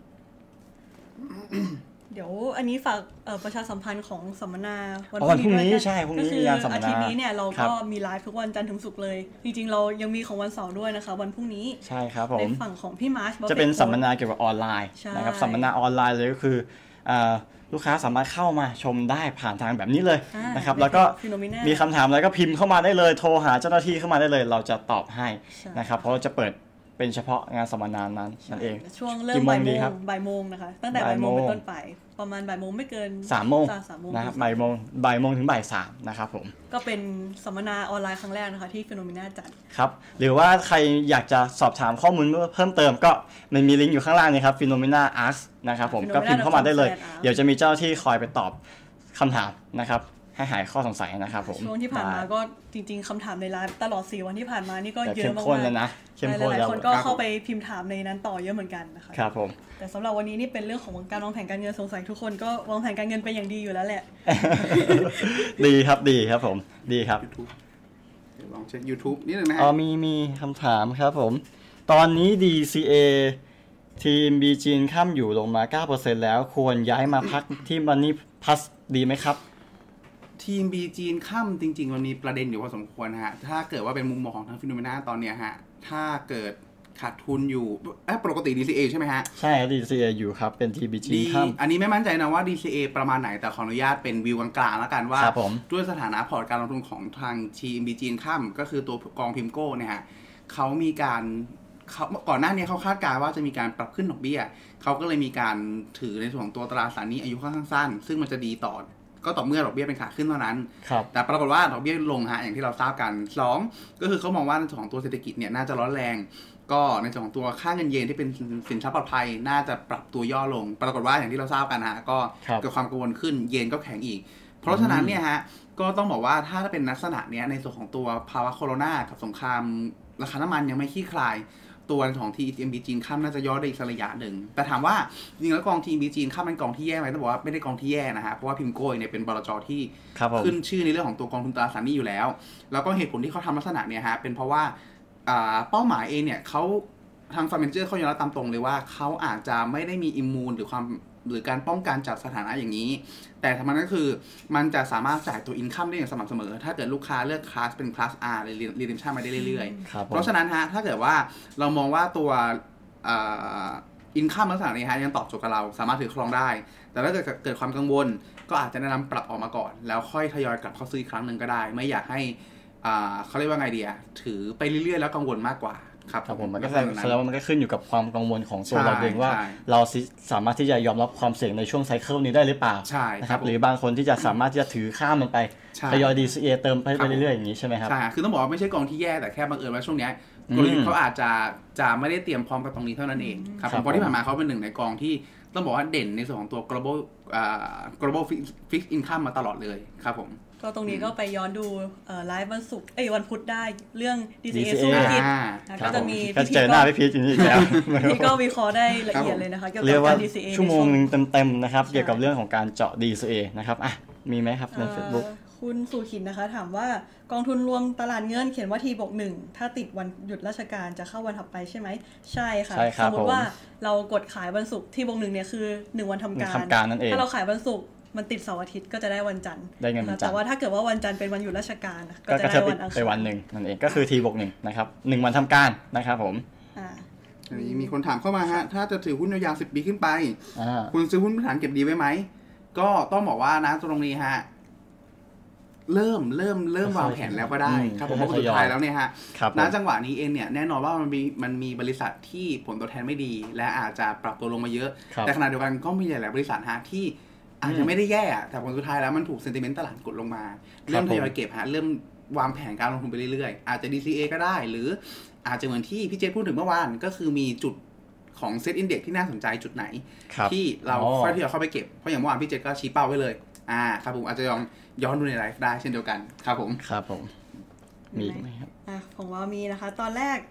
เดี๋ยวอันนี้ฝากประชาสัมพันธ์ของสัมมนาวันพรุ่งนี้ใช่พรุ่งนี้มีงานสัมมนาอาทิตย์นี้เนี่ยเราก็มีไลฟ์ทุกวันจันทร์ถึงศุกร์เลยจริงๆเรายังมีของวันเสาร์ด้วยนะคะวันพรุ่งนี้ใช่ครับผมในฝั่งของพี่มาร์ชจะเป็นสัมมนาเกี่ยวกับออนไลน์นะครับสัมมนาออนไลน์เลยก็คือลูกค้าสามารถเข้ามาชมได้ผ่านทางแบบนี้เลยนะครับแล้วก็มีคำถามอะไรก็พิมพ์เข้ามาได้เลยโทรหาเจ้าหน้าที่เข้ามาได้เลยเราจะตอบให้นะครับเพราะจะเปิดเป็นเฉพาะงานสัมมนานั้นนั่นเองช่วงเริ่มบ่ายโมงบ่ายโมงนะคะตั้งแต่บ่ายโมงเป็นต้นไปประมาณบ่ายโมงไม่เกินสามโมงนะครับบ่ายโมงบ่ายโมงถึงบ่ายสามนะครับผมก็เป็นสัมมนาออนไลน์ครั้งแรกนะคะที่ Phenomena จัดครับหรือว่าใครอยากจะสอบถามข้อมูลเพิ่มเติมก็มันมีลิงก์อยู่ข้างล่างนี้ครับ Phenomena Ask นะครับผมก็พิมพ์เข้ามาได้เลยเดี๋ยวจะมีเจ้าที่คอยไปตอบคำถามนะครับให้หายข้อสงสัยนะครับผมช่วงที่ผ่านมาก็จริงๆคำถามในไลฟ์ตลอดสี่วันที่ผ่านมานี่ก็เยอะมากๆเข้มข้นแล้วนะเข้มข้นแล้วหลายคนก็เข้าไปพิมพ์ถามในนั้นต่อเยอะเหมือนกันนะคะครับผมแต่สำหรับวันนี้นี่เป็นเรื่องของการวางแผนการเงินสงสัยทุกคนก็วางแผนการเงินไปอย่างดีอยู่แล้วแหละดีครับดีครับผมดีครับ YouTube เดี๋ยวลองเช็ค YouTube นิดนึงนะอ๋อมีมีคำถามครับผมตอนนี้ ดี ซี เอ ทีม บี จี Income อยู่ลงมา เก้าเปอร์เซ็นต์ แล้วควรย้ายมาพักที่ Money Plus ดีไหมครับทีม บี จี Income จริงๆมันมีประเด็นอยู่พอสมควรฮะถ้าเกิดว่าเป็นมุมมองของทาง Phenomena ตอนเนี้ยฮะถ้าเกิดขาดทุนอยู่เอ๊ะปกติ ดี ซี เอ ใช่ไหมฮะใช่ ดี ซี เอ อยู่ครับเป็น ที บี จี Income อันนี้ไม่มั่นใจนะว่า ดี ซี เอ ประมาณไหนแต่ขออนุญาตเป็นวิวกลางๆแล้วกันว่าด้วยสถานะพอร์ตการลงทุนของทางทีม บี จี Income ก็คือตัวกองพิมโก้เนี่ยฮะเขามีการเขาก่อนหน้านี้เขาคาดการณ์ว่าจะมีการปรับขึ้นดอกเบี้ยเขาก็เลยมีการถือในส่วนของตัวตราสารหนี้อายุค่อนข้างสั้นซึ่งมันจะดีต่อก็ต่อเมื่อดอกเบี้ยเป็นขาขึ้นเท่านั้นแต่ปรากฏว่าดอกเบี้ยลงฮะอย่างที่เราทราบกันสองก็คือเขามองว่าในส่วนของตัวเศรษฐกิจเนี่ยน่าจะร้อนแรงก็ในส่วนของตัวค่าเงินเยนที่เป็นสินทรัพย์ปลอดภัยน่าจะปรับตัวย่อลงปรากฏว่าอย่างที่เราทราบกันฮะก็เกิดความกังวลขึ้นเยนก็แข็งอีกเพราะฉะนั้นเนี่ยฮะก็ต้องบอกว่าถ้าเป็นลักษณะเนี้ยในส่วนของตัวภาวะโควิดกับสงครามราคาน้ำมันยังไม่คลี่คลายตัวของ ที เอ็ม บี จีนข้ามน่าจะย่อได้อีกระยะหนึ่งแต่ถามว่าจริงแล้วกอง ที เอ็ม บี จีนข้ามเป็นกองที่แย่ไหมต้องบอกว่าไม่ได้กองที่แย่นะฮะเพราะว่าพิมโก้เนี่ยเป็นบลจ.ที่ขึ้นชื่อในเรื่องของตัวกองทุนตราสารหนี้อยู่แล้วแล้วก็เหตุผลที่เขาทำลักษณะเนี่ยฮะเป็นเพราะว่าเป้าหมายเองเนี่ยเขาทางฟันเมนเจอร์เขายอมรับตามตรงเลยว่าเขาอาจจะไม่ได้มีอิมมูนหรือความหรือการป้องกันจากสถานะอย่างนี้แต่ทำไมก็คือมันจะสามารถจ่ายตัวอินคัมได้อย่างสม่ำเสมอถ้าเกิดลูกค้าเลือกคลาสเป็นคลาส R หรือ Redemption มาได้เรื่อยๆเพราะฉะนั้นฮะถ้าเกิดว่าเรามองว่าตัวอินคัมลักษณะนี้ฮะยังตอบโจทย์กับเราสามารถถือครองได้แต่ถ้าเกิดเกิดความกังวลก็อาจจะแนะนำปรับออกมาก่อนแล้วค่อยทยอยกลับเข้าซื้ออีกครั้งหนึ่งก็ได้ไม่อยากให้เขาเรียกว่าไงดีอะถือไปเรื่อยๆแล้วกังวลมากกว่าครับผมมันก็แสดงว่ามันก็ขึ้นอยู่กับความกังวลของตัวเราเองว่าเราสามารถที่จะยอมรับความเสี่ยงในช่วงไซเคิลนี้ได้หรือเปล่านะครับหรือบางคนที่จะสามารถที่จะถือข้ามมันไปทยอย ดี ซี เอ เติมไปเรื่อยๆอย่างนี้ใช่ไหมครับใช่คือต้องบอกว่าไม่ใช่กองที่แย่แต่แค่บังเอิญว่าช่วงนี้กลยุทธ์เขาอาจจะจะไม่ได้เตรียมพร้อมกับตรงนี้เท่านั้นเองครับเพราะที่ผ่านมาเขาเป็นหนึ่งในกองที่ต้องบอกว่าเด่นในส่วนของตัว global global fixed income มาตลอดเลยครับผมก็ตรงนี้ก็ไปย้อนดูไลฟ์วันศุกร์เอ้ยวันพุธได้เรื่อง ดี ซี เอ สู้พิษก็จะมีพี่เจอหน้าพี่พีชอย่างนี้อีกแล้วพี่ก็วิเคราะห์ได้ละเอียดเลยนะคะเกี่ยวกับการ ดี ซี เอ ชั่วโมงนึงเต็มๆนะครับเกี่ยวกับเรื่องของการเจาะ ดี ซี เอ นะครับอ่ะมีไหมครับใน Facebook คุณสุขินนะคะถามว่ากองทุนรวมตลาดเงินเขียนว่า ที บวก หนึ่งถ้าติดวันหยุดราชการจะเข้าวันถัดไปใช่ไหมใช่ค่ะสมมติว่าเรากดขายวันศุกร์ ที บวก หนึ่งเนี่ยคือหนึ่งวันทำการถ้าเราขายวันศุกร์มันติดเสาร์อาทิตย์ก็จะได้วันจันทร์ได้เงินวันจันทร์แต่ว่าถ้าเกิดว่าวันจันทร์เป็นวันหยุดราชการก็จะได้วันอังคารไปวันหนึ่งนั่นเองก็คือ ที บวก หนึ่งนะครับหนึ่งวันทำการนะครับผมอ่าอันนี้มีคนถามเข้ามาฮะถ้าจะถือหุ้นยาวๆสิบปีขึ้นไปคุณซื้อหุ้นพื้นฐานเก็บดีไว้ไหมก็ต้องบอกว่านะตรงนี้ฮะเริ่มเริ่มเริ่มวางแผนแล้วก็ได้ครับผมเพราะสุดท้ายแล้วเนี่ยฮะณจังหวะนี้เองเนี่ยแน่นอนว่ามันมีมันมีบริษัทที่ผลตอบแทนไม่ดีและอาจจะปรับตัวลงมาเยอะแต่ขณะเดียวกันก็มีหลายๆบริษัทฮะที่อาจจะไม่ได้แย่แต่ผลสุดท้ายแล้วมันถูกเซนติเมนต์ตลาดกดลงมาเริ่มทยอยเก็บฮะเริ่มวางแผนการลงทุนไปเรื่อยๆอาจจะ ดี ซี เอ ก็ได้หรืออาจจะเหมือนที่พี่เจษพูดถึงเมื่อวานก็คือมีจุดของเซ็ตอินเด็กซ์ที่น่าสนใจจุดไหนที่เราค่อยที่จะเข้าไปเก็บเพราะอย่างเมื่อวานพี่เจษก็ชี้เป้าไว้เลยอ่าครับผมอาจจะลองย้อนดูในไลฟ์ได้เช่นเดียวกันครับผมครับผมมีไหมครับอ่ะของว่ามีนะคะตอนแรก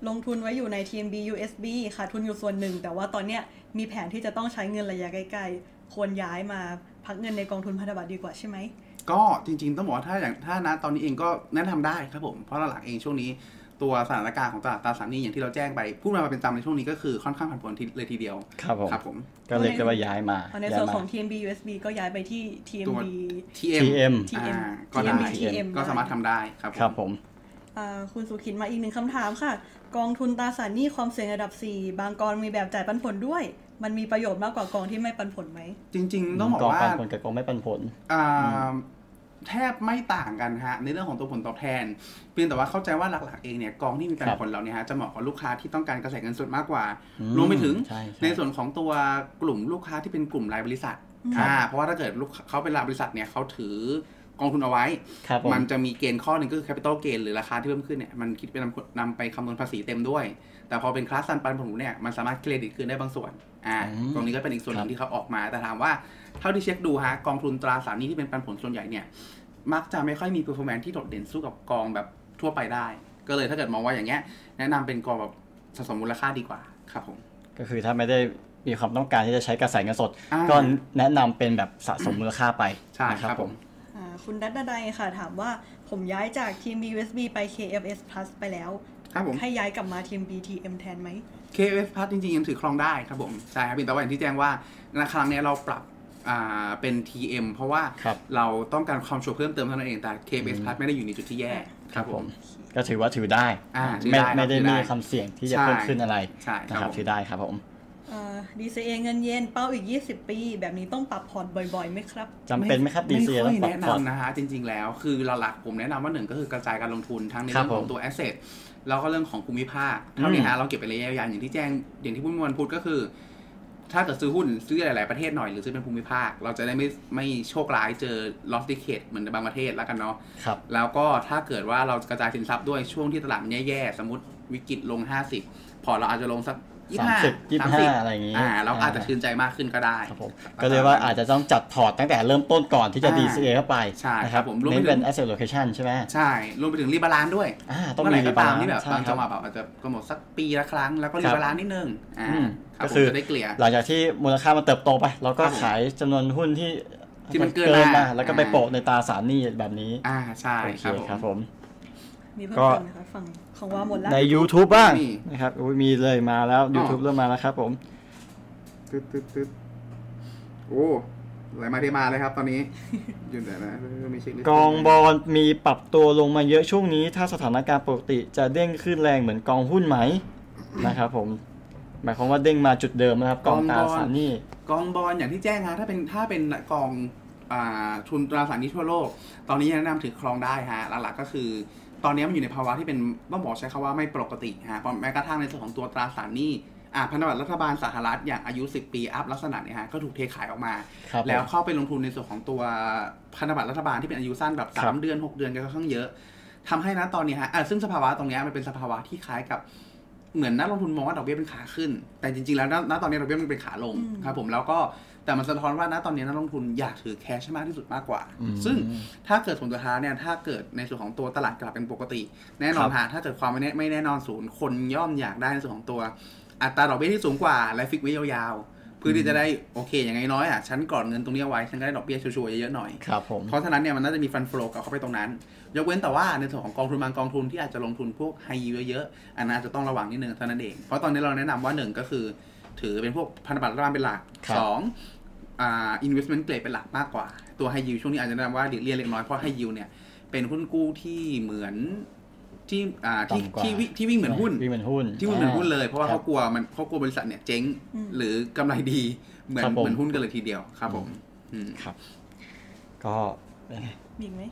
ลงทุนไว้อยู่ใน ที เอ็ม บี ยู เอส บี ขาดทุนอยู่ส่วนหนึ่งแต่ว่าตอนเนี้ยมีแผนที่จะต้องใช้เงินระยะใกล้ๆควรย้ายมาพักเงินในกองทุนพันธบัตรดีกว่าใช่ไหมก็จริงๆต้องบอกว่าถ้าอย่างถ้านะตอนนี้เองก็แนะนำได้ครับผมเพราะหลักๆเองช่วงนี้ตัวสถานการณ์ของตลาดตราสารหนี้อย่างที่เราแจ้งไปพูดมาเป็นจำในช่วงนี้ก็คือค่อนข้างผันผวนเลยทีเดียวครับผมครับผมก็เลยก็ว่าย้ายมาในส่วนของ ที เอ็ม บี ยู เอส บี ก็ย้ายไปที่ ที เอ็ม บีที เอ็มที เอ็มก็ได้ก็สามารถทำได้ครับครับผมคุณสุขินมาอีกหนึ่งคำถามค่ะกองทุนตราสารหนี้ความเสี่ยงระดับสี่บางกองมีแบบจ่ายปันผลด้วยมันมีประโยชน์มากกว่ากองที่ไม่ปันผลไหมจริงๆต้องบอกว่ากองปันผลกับกองไม่ปันผลแทบไม่ต่างกันฮะในเรื่องของตัวผลตอบแทนเพียงแต่ว่าเข้าใจว่าหลักๆเองเนี่ยกองที่มีปันผลเหล่านี้ฮะจะเหมาะกับลูกค้าที่ต้องการกระแสเงินสดมากกว่ารวมไปถึงในส่วนของตัวกลุ่มลูกค้าที่เป็นกลุ่มรายบริษัทอ่าเพราะว่าถ้าเกิดลูกเขาเป็นรายบริษัทเนี่ยเขาถือกองทุนเอาไว้มันจะมีเกณฑ์ข้อหนึ่งก็คือ capital gain หรือราคาที่เพิ่มขึ้นเนี่ยมันคิดเป็นนำไปคำนวณภาษีเต็มด้วยแต่พอเป็นคลาสซันปันผลเนี่ยมันสามารถเครดิตคืนได้บางส่วนอ่าตรงนี้ก็เป็นอีกส่วนหนึ่งที่เขาออกมาแต่ถามว่าเท่าที่เช็คดูฮะกองทุนตราสารหนี้ที่เป็นปันผลส่วนใหญ่เนี่ยมักจะไม่ค่อยมี performance ที่โดดเด่นสู้กับกองแบบทั่วไปได้ก็เลยถ้าเกิดมองว่าอย่างเงี้ยแนะนำเป็นกองแบบสะสมมูลค่าดีกว่าครับผมก็คือถ้าไม่ได้มีความต้องการที่จะใช้กระแสเงินสดก็แนะนำเป็นแบบสะสมมูลค่าไปใช่ครับผมคุณดัดดาไดค่ะถามว่าผมย้ายจากทีม บี ยู เอส บี ไป เค เอฟ เอส Plus ไปแล้วให้ย้ายกลับมาทีม บี ที เอ็ม แทนไหมเค เอฟ เอส Plus จริงๆยังถือครองได้ครับผมใช่ครับแต่ว่าอย่างที่แจ้งว่าในครั้งนี้เราปรับอ่าเป็น ที เอ็ม เพราะว่าเราต้องการความชัวร์เพิ่มเติมเท่านั้นเองแต่ เค เอฟ เอส Plus ไม่ได้อยู่ในจุดที่แย่ครับผมก็ถือว่าถือได้ไม่ไม่ได้มีความเสี่ยงที่จะเพิ่มขึ้นอะไรนะครับถือได้ครับผมดี ซี เอ เงินเย็นเป้าอีกยี่สิบปีแบบนี้ต้องปรับพอร์ตบ่อยๆไหมครับจำเป็นไหมครับ ดี ซี เอต้องปรับพอร์ตไม่ค่อยแนะนำนะฮะจริงๆแล้วคือหลักๆผมแนะนำว่าหนึ่งก็คือกระจายการลงทุนทั้งในเรื่องของตัว asset แล้วก็เรื่องของภูมิภาคเท่านี้ฮะเราเก็บไประยะยาวอย่างที่แจ้งอย่างที่พูดเมื่อวันพุธก็คือถ้าเกิดซื้อหุ้นซื้อหลายๆประเทศหน่อยหรือซื้อเป็นภูมิภาคเราจะได้ไม่ไม่โชคร้ายเจอ loss decade เหมือนในบางประเทศแล้วกันเนาะแล้วก็ถ้าเกิดว่าเรากระจายสินทรัพย์ด้วยช่วงที่ตลาดแย่ๆสมมุติวิกฤตลงห้าสิบพอเราอาจจะลงสักยี่สิบห้ายี่สิบห้าอะไรอย่างงี้อ่าเราอาจจะชื่นใจมากขึ้นก็ได้ครับผมก็เลยว่าอาจจะต้องจัดพอร์ตตั้งแต่เริ่มต้นก่อนที่จะ ดี ซี เอ เข้าไปนะครับผมรวมไปถึง asset allocation ใช่ไหมใช่รวมไปถึงรีบาลานซ์ด้วยอ่าต้องมีรีบาลานซ์ที่แบบบางจังหวะแบบอาจจะกำหนดสักปีละครั้งแล้วก็รีบาลานซ์นิดนึงอ่าก็คือจะได้เกลี่ยหลังจากที่มูลค่ามันเติบโตไปเราก็ขายจำนวนหุ้นที่ที่มันเกินมาแล้วก็ไปโปะในตราสารหนี้แบบนี้อ่าใช่ครับผมมีเพิ่มเติมนะคะฝั่งของว่าหมดแล้วใน YouTube บ้างนะครับมีเลยมาแล้ว YouTube เริ่มมาแล้วครับผมตึ๊ดๆๆโอ้ไหลมาเทมาเลยครับตอนนี้ยืนแต่นะมีเช็คลิสต์กองบอลมีปรับตัวลงมาเยอะช่วงนี้ถ้าสถานการณ์ปกติจะเด้งขึ้นแรงเหมือนกองหุ้นไหมนะครับผมหมายความว่าเด้งมาจุดเดิมนะครับกองตราสารหนี้กองบอลอย่างที่แจ้งฮะถ้าเป็นถ้าเป็นกองอ่าทุนตราสารหนี้ทั่วโลกตอนนี้แนะนำถือครองได้ฮะหลักๆก็คือตอนนี้มันอยู่ในภาวะที่เป็นต้องบอกใช้คำว่าไม่ปกติฮะเพราะแม้กระทั่งในส่วนของตัวตราสารหนี้อ่าพันธบัตรรัฐบาลสหรัฐอย่างอายุสิบปีอัพลักษณะเนี่ยฮะก็ถูกเทขายออกมาแล้วเข้าไปลงทุนในส่วนของตัวพันธบัตรรัฐบาลที่เป็นอายุสั้นแบบสามเดือนหกเดือนก็ค่อนข้างเยอะทำให้นะตอนนี้ฮะอ่าซึ่งสภาวะตรงนี้มันเป็นสภาวะที่คล้ายกับเหมือนนักลงทุนมองว่าดอกเบี้ยเป็นขาขึ้นแต่จริงๆแล้วณตอนนี้ดอกเบี้ยมันเป็นขาลงครับผมแล้วก็แต่มันสะท้อนว่าณตอนนี้นักลงทุนอยากถือแคชมากที่สุดมากกว่าซึ่งถ้าเกิดผลสุดท้ายเนี่ยถ้าเกิดในส่วนของตัวตลาดกลับเป็นปกติแน่นอนฮะถ้าเกิดความไม่แน่ไม่แน่นอนศูนย์คนย่อมอยากได้ในส่วนของตัวอัตราดอกเบี้ยที่สูงกว่าและฟิกไว้ยาวๆเพื่อที่จะได้โอเคอย่างน้อยอ่ะฉันกอดเงินตรงนี้เอาไว้ฉันก็ได้ดอกเบี้ยชัวร์ๆเยอะๆหน่อยครับผมเพราะฉะนั้นเนี่ยมันน่าจะมีฟันโฟลว์กลับเข้าไปตรงนั้นยกเว้นแต่ว่าในส่วนของกองทุนบางกองทุนที่อาจจะลงทุนพวกไฮยิลด์เยอะๆอันนั้นจะต้องระวังนิดนึงเท่านั้นเองเพราะตอนนี้เราแนะนำว่าหนึ่งก็คือถือเป็นพวกพันธบัตรรัฐบาลเป็นหลักสองอ่า investment grade เป็นหลักมากกว่าตัว high yield ช่วงนี้อาจจะแนะนำว่าเรียนเล็กน้อยเพราะ high yield เนี่ยเป็นหุ้นกู้ที่เหมือนที่อ่าที่ที่ที่วิ่งเหมือนหุ้นวิ่งเหมือนหุ้นที่วิ่งเหมือนหุ้นเลยเพราะว่าเขากลัวมันเขากลัวบริษัทเนี่ยเจ๊งหรือกำไรดีเหมือนเหมือนหุ้นกันเลยทีเดียวครับผมครับก็มีไหม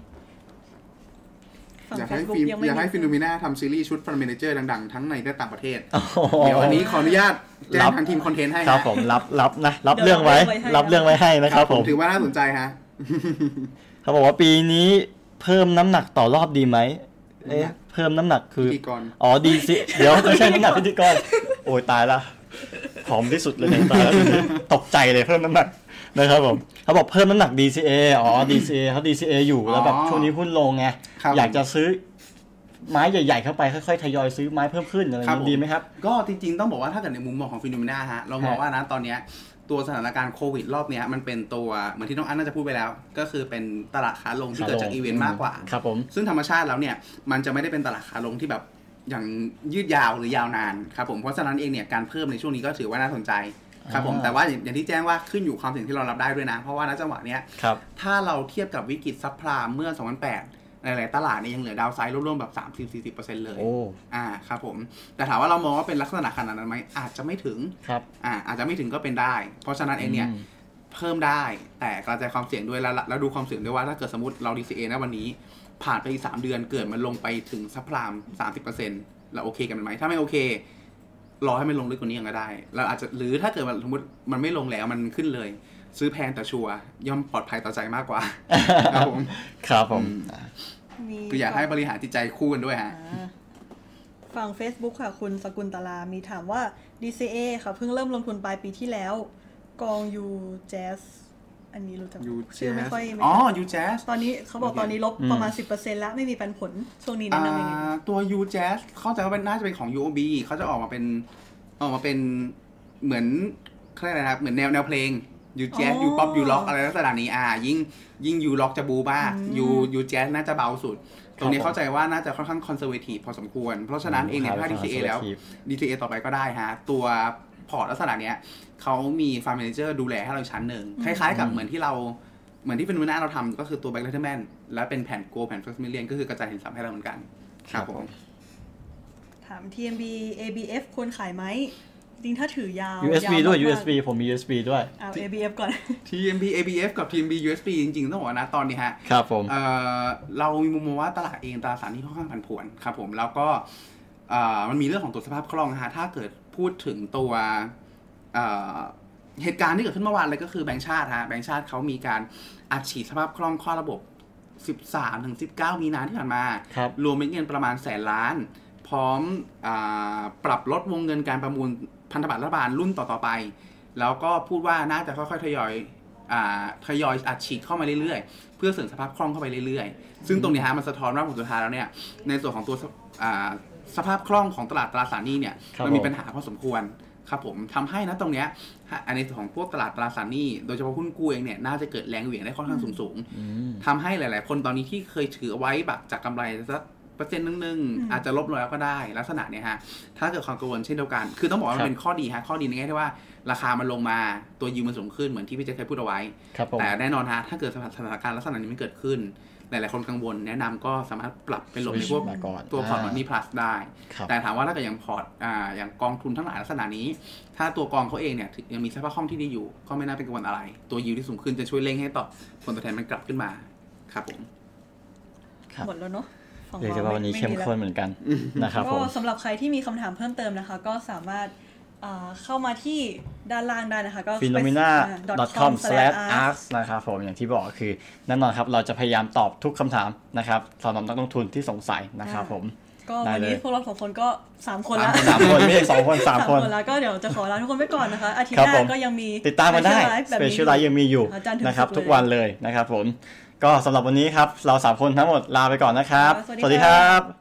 อยากให้ฟิล์มอยากให้ฟิโนเมนาทำซีรีส์ชุดฟันเมเนเจอร์ดังๆทั้งในและต่างประเทศเดี๋ยวอันนี้ขออนุญาตแจ้งทางทีมคอนเทนต์ให้ครับผมรับรับนะรับเรื่องไว้รับเรื่องไว้ให้นะครับผมถือว่าน่าสนใจฮะเขาบอกว่าปีนี้เพิ่มน้ำหนักต่อรอบดีไหมเอ๊ะเพิ่มน้ำหนักคืออ๋อดีสิเดี๋ยวไม่ใช่น้ำหนักพิธีกรโอ้ยตายละผอมที่สุดเลยในตาแล้วตกใจเลยเพิ่มน้ำหนักนะครับผมเขาบอกเพิ่มน้ำหนัก ดี ซี เอ อ๋อ ดี ซี เอ เขา ดี ซี เอ อยู่แล้วแบบช่วงนี้หุ้นลงไงอยากจะซื้อไม้ใหญ่ๆเข้าไปค่อยๆทยอยซื้อไม้เพิ่มขึ้นอะไรอย่างนี้ดีไหมครับก็จริงๆต้องบอกว่าถ้าเกิดในมุมมองของฟิโนเมนาฮะเรามองว่านะตอนนี้ตัวสถานการณ์โควิดรอบนี้มันเป็นตัวเหมือนที่น้องอันน่าจะพูดไปแล้วก็คือเป็นตลาดขาลงที่เกิดจากอีเวนต์มากกว่าครับผมซึ่งธรรมชาติแล้วเนี่ยมันจะไม่ได้เป็นตลาดขาลงที่แบบอย่างยืดยาวหรือยาวนานครับผมเพราะฉะนั้นเองเนี่ยการเพิ่มในช่วงนี้ก็ถือว่าน่าสนใจครับผมแต่ว่าอย่างที่แจ้งว่าขึ้นอยู่ความเสี่ยงที่เรารับได้ด้วยนะเพราะว่าณจังหวะเนี้ยถ้าเราเทียบกับวิกฤตซับไพรม์เมื่อสองพันแปดหลายๆตลาดเนี่ยยังเหลือดาวไซด์ร่วมๆแบบ สามสิบถึงสี่สิบเปอร์เซ็นต์ เลยอ่าครับผมแต่ถามว่าเรามองว่าเป็นลักษณะขนาดนั้นไหมอาจจะไม่ถึงครับอ่าอาจจะไม่ถึงก็เป็นได้เพราะฉะนั้นเองเนี่ยเพิ่มได้แต่กระจายความเสี่ยงด้วยแล้วแล้วดูความเสี่ยงด้วยว่าถ้าเกิดสมมติเรา ดี ซี เอ นะวันนี้ผ่านไปอีกสามเดือนเกิดมันลงไปถึงซับไพรม์ สามสิบเปอร์เซ็นต์ เราโอเคกันไหมถ้าไม่โอเครอให้มันลงลึกกว่านี้ยังก็ได้เราอาจจะหรือถ้าเกิดสมมติมันไม่ลงแล้วมันขึ้นเลยซื้อแพงแต่ชัวร์ย่อมปลอดภัยต่อใจมากกว่าครับผมครับผมคืออยากให้บริหารจิตใจคู่กันด้วยฮะฝั่ง Facebook ค่ะคุณสกุลตลามีถามว่า ดี ซี เอ ค่ะเพิ่งเริ่มลงทุนปลายปีที่แล้วกอง U Jazz อันนี้รู้จักชื่อไม่ค่อยอ๋อ U Jazz ตอนนี้เขาบอกตอนนี้ลบประมาณ สิบเปอร์เซ็นต์ แล้วไม่มีปันผลช่วงนี้แนะนำยังไงตัว U Jazz เข้าใจว่าเป็นน่าจะเป็นของ ยู โอ บี เขาจะออกมาเป็นออกมาเป็นเหมือนเขาเรียกอะไรครับเหมือนแนวแนวเพลง U Jazz U Pop U Rock อะไรลักษณะนี้อ่ายิ่งยิ่ง U Rock จะบูบ้า U U Jazz น่าจะเบาสุดตรงนี้เข้าใจว่าน่าจะค่อนข้างคอนเซอร์เวทีฟพอสมควรเพราะฉะนั้นเองเนี่ยถ้า ดี ซี เอ แล้ว ดี ซี เอ ต่อไปก็ได้ฮะตัวพอร์ตลักษณะเนี้ยเขามีฟาร์มแมเนเจอร์ดูแลให้เราชั้นหนึ่งคล้ายๆกับเหมือนที่เราเหมือนที่เป็นวินาเราทำก็คือตัวแบ็คเลเทอร์แมนและเป็นแผ่นโกลแผ่นเฟิร์สมิลเลียนก็คือกระจายสินทรัพย์ให้เราเหมือนกันครับผมถาม ที เอ็ม บี เอ บี เอฟ ควรขายไหมจริงถ้าถือยาวยู เอส บี ด้วย ยู เอส บี ผมมี ยู เอส บี ด้วยเอา เอ บี เอฟ ก่อนที เอ็ม บี เอ บี เอฟ กับ ที เอ็ม บี ยู เอส บี จริงๆต้องบอกนะตอนนี้ฮะครับผมเอ่อเรามีมุมมองว่าตลาดเองตลาดสารนี้ค่อนข้างผันผวนครับผมแล้วก็เอ่อมันมีเรื่องของตัวสภาพคล่องฮะถ้าเกิดพูดถึงตัวเอ่อเหตุการณ์ที่เกิดขึ้นเมื่อวานเลยก็คือแบงก์ชาติฮะแบงก์ชาติเขามีการอัดฉีดสภาพคล่องข้อระบบสิบสามถึงสิบเก้ามีนาที่ผ่านมารวมเป็นเงินประมาณแสนล้านพร้อมอ่าปรับลดวงเงินการประมูลพันธบัตรรัฐบาลรุ่นต่อๆไปแล้วก็พูดว่าน่าจะค่อยๆทยอยอ่าทยอยอัดฉีดเข้ามาเรื่อยๆเพื่อเสริมสภาพคล่องเข้าไปเรื่อยๆซึ่งตรงนี้ฮะมันสะท้อนว่าผลสุดท้ายแล้วเนี่ยในส่วนของตัวอ่าสภาพคล่องของตลาดตราสารหนี้เนี่ยมันมีปัญหาพอสมควรครับผมทำให้นะตรงเนี้ยในส่วนของพวกตลาดตราสารหนี้โดยเฉพาะหุ้นกู้เองเนี่ยน่าจะเกิดแรงเหวี่ยงได้ค่อนข้างสูงๆทำให้หลายๆคนตอนนี้ที่เคยถือเอาไว้แบบจากกำไรสักเปอร์เซ็นต์นึงๆอาจจะลบลงแล้วก็ได้ลักษณะเนี้ยฮะถ้าเกิดความกังวลเช่นเดียวกันคือต้องบอกว่ามันเป็นข้อดีฮะข้อดีในแง่ที่ว่าราคามันลงมาตัวยิวมันสูงขึ้นเหมือนที่พี่เจเคยพูดเอาไว้แต่แน่นอนฮะถ้าเกิดสถานการณ์ลักษณะนี้มันเกิดขึ้นหลายๆคนกังวลแนะนำก็สามารถปรับเป็นหลบในพวกตัวพอร์ตมันนี่พลัสได้แต่ถามว่าถ้าเกิดอย่างพอร์ตอ่าอย่างกองทุนทั้งหลายลักษณะนี้ถ้าตัวกองเขาเองเนี่ยยังมีสภาพคล่องที่ดีอยู่ก็ไม่น่าเป็นกังวลอะไรตัวยิวที่สูงขึ้นจะช่วยเร่งให้ต่อผลตอบแทนมันกลับขึ้นมาครับผมหมดแล้วเนาะเรียกว่าวันนี้เข้มข้นเหมือนกันนะครับผมก็สำหรับใครที่มีคำถามเพิ่มเติมนะคะก็สามารถเข้ามาที่ด้านล่างได้นะคะก็ฟีโนเมนา ดอท คอม สแลช อาร์ค นะครับผมอย่างที่บอกคือแน่นอนครับเราจะพยายามตอบทุกคำถามนะครับสำหรับนักลงทุนที่สงสัยนะครับผมก็วันนี้พวกเราสองคนก็สามคนแล้วสามคนไม่ใช่สองคนสามคนแล้วก็เดี๋ยวจะขอลาทุกคนไปก่อนนะคะอาทิตย์หน้าก็ยังมีติดตามกันได้ Special Live ยังมีอยู่นะครับทุกวันเลยนะครับผมก็สำหรับวันนี้ครับเราสามคนทั้งหมดลาไปก่อนนะครับสวัสดีครับ